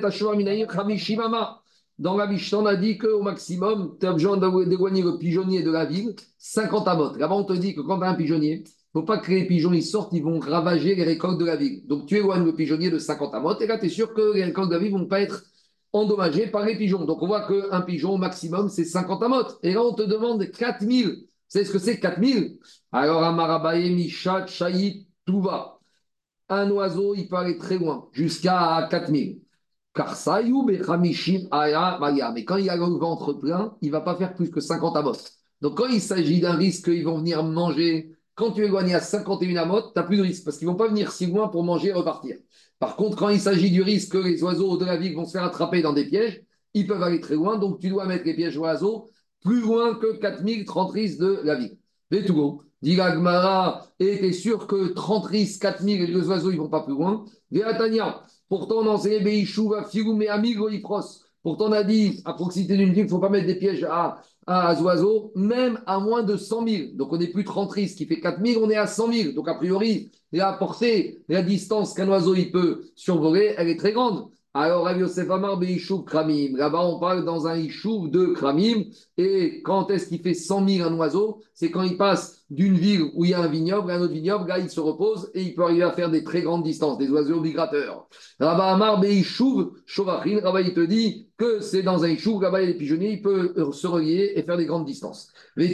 dans la Mishnah, on a dit qu'au maximum, tu as besoin d'éloigner le pigeonnier de la ville, cinquante amotes. Là-bas, on te dit que quand tu as un pigeonnier, il ne faut pas que les pigeons ils sortent, ils vont ravager les récoltes de la ville. Donc, tu éloignes le pigeonnier de cinquante amotes, et là, tu es sûr que les récoltes de la ville ne vont pas être endommagées par les pigeons. Donc, on voit qu'un pigeon, au maximum, c'est cinquante amotes. Et là, on te demande quatre mille. Vous savez ce que c'est, quatre mille? Alors, Amarabaye, Mishat, Shahid, Touva. Un oiseau, il peut aller très loin, jusqu'à quatre mille. Car Sayou, Bechamishim, Aya, Maya. Mais quand il a le ventre plein, il ne va pas faire plus que cinquante amotes. Donc, quand il s'agit d'un risque qu'ils vont venir manger, quand tu éloignes à cinquante et une amotes, tu n'as plus de risque, parce qu'ils ne vont pas venir si loin pour manger et repartir. Par contre, quand il s'agit du risque que les oiseaux de la ville vont se faire attraper dans des pièges, ils peuvent aller très loin, donc tu dois mettre les pièges oiseaux plus loin que quatre mille trente ris de la ville. Et tout go. Dit Gmara, et t'es sûr que trente ris, quatre mille, les oiseaux, ils ne vont pas plus loin. Véatania, pourtant, on enseignait Beishou, Figoum et Amigo, Ifros. Pourtant, on a dit, à proximité d'une ville, il ne faut pas mettre des pièges à, à, à oiseaux, même à moins de cent mille. Donc, on n'est plus trente ris, qui fait quatre mille, on est à cent mille. Donc, a priori, la portée, la distance qu'un oiseau il peut survoler, elle est très grande. Alors, Rav Yosef Amar Beishouv Kramim. Là-bas, on parle dans un Ishouv de Kramim. Et quand est-ce qu'il fait cent mille un oiseau? C'est quand il passe d'une ville où il y a un vignoble à un autre vignoble. Là, il se repose et il peut arriver à faire des très grandes distances, des oiseaux migrateurs. Rabba Amar Beishouv Shovachin. Rabba, il te dit que c'est dans un Ishouv. Là-bas, il y a des pigeonniers. Il peut se relier et faire des grandes distances. Et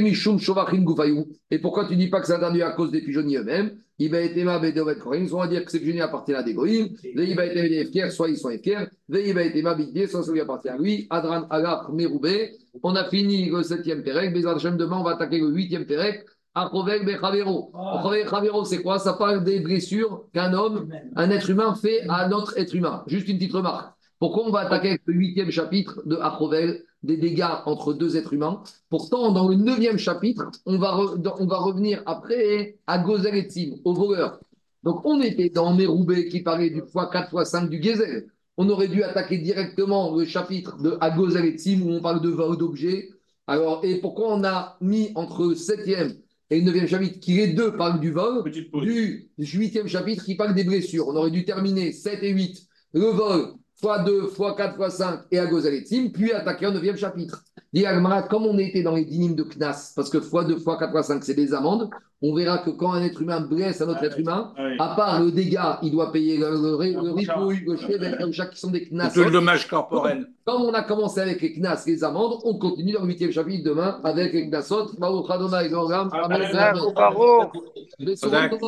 pourquoi tu ne dis pas que c'est interdit à cause des pigeonniers eux-mêmes? Il va être aimé Bedovet Korim, soit on va dire que ces pigeonniers appartiennent à des goïms, il va être aimé Efker, soit ils sont Efker, il va être aimé Bidé, soit celui appartient à lui, Adran Agar Meroubé. On a fini le septième Pérec, Bézard Hachem, demain on va attaquer le huitième Pérec, Achovel Bechavero. Achovel Bechavero, c'est quoi? Ça parle des blessures qu'un homme, un être humain fait à notre être humain. Juste une petite remarque. Pourquoi on va attaquer avec le huitième chapitre de Achovel des dégâts entre deux êtres humains. Pourtant, dans le neuvième chapitre, on va, re- dans- on va revenir après à Gozel et Tzim, au voleur. Donc, on était dans Méroubé qui parlait du fois quatre fois cinq du Gezel. On aurait dû attaquer directement le chapitre de Agozel et Tzim où on parle de vol d'objets. Alors, et pourquoi on a mis entre le septième et le neuvième chapitre qui les deux parlent du vol, Petite pause. du huitième chapitre qui parle des blessures. On aurait dû terminer sept et huit, le vol, fois deux, fois quatre, fois cinq et Agozel et Tzim, puis attaquer au neuvième chapitre. Dit Agmara, comme on était dans les dynimes de Knas, parce que fois deux, fois quatre, fois cinq, c'est des amendes, on verra que quand un être humain blesse un autre Ah être oui. humain, Ah oui. à part le dégât, il doit payer le, le, ré- Un le bouchard. ripouille, le chèvre, le chat qui sont des C'est Knas. tout le dommage corporel. Comme on a commencé avec les Knas, les amendes, on continue dans le huitième chapitre demain avec les Knasot. Baruch Adonai, Amen. Amen. Amen. Baruch. Amen.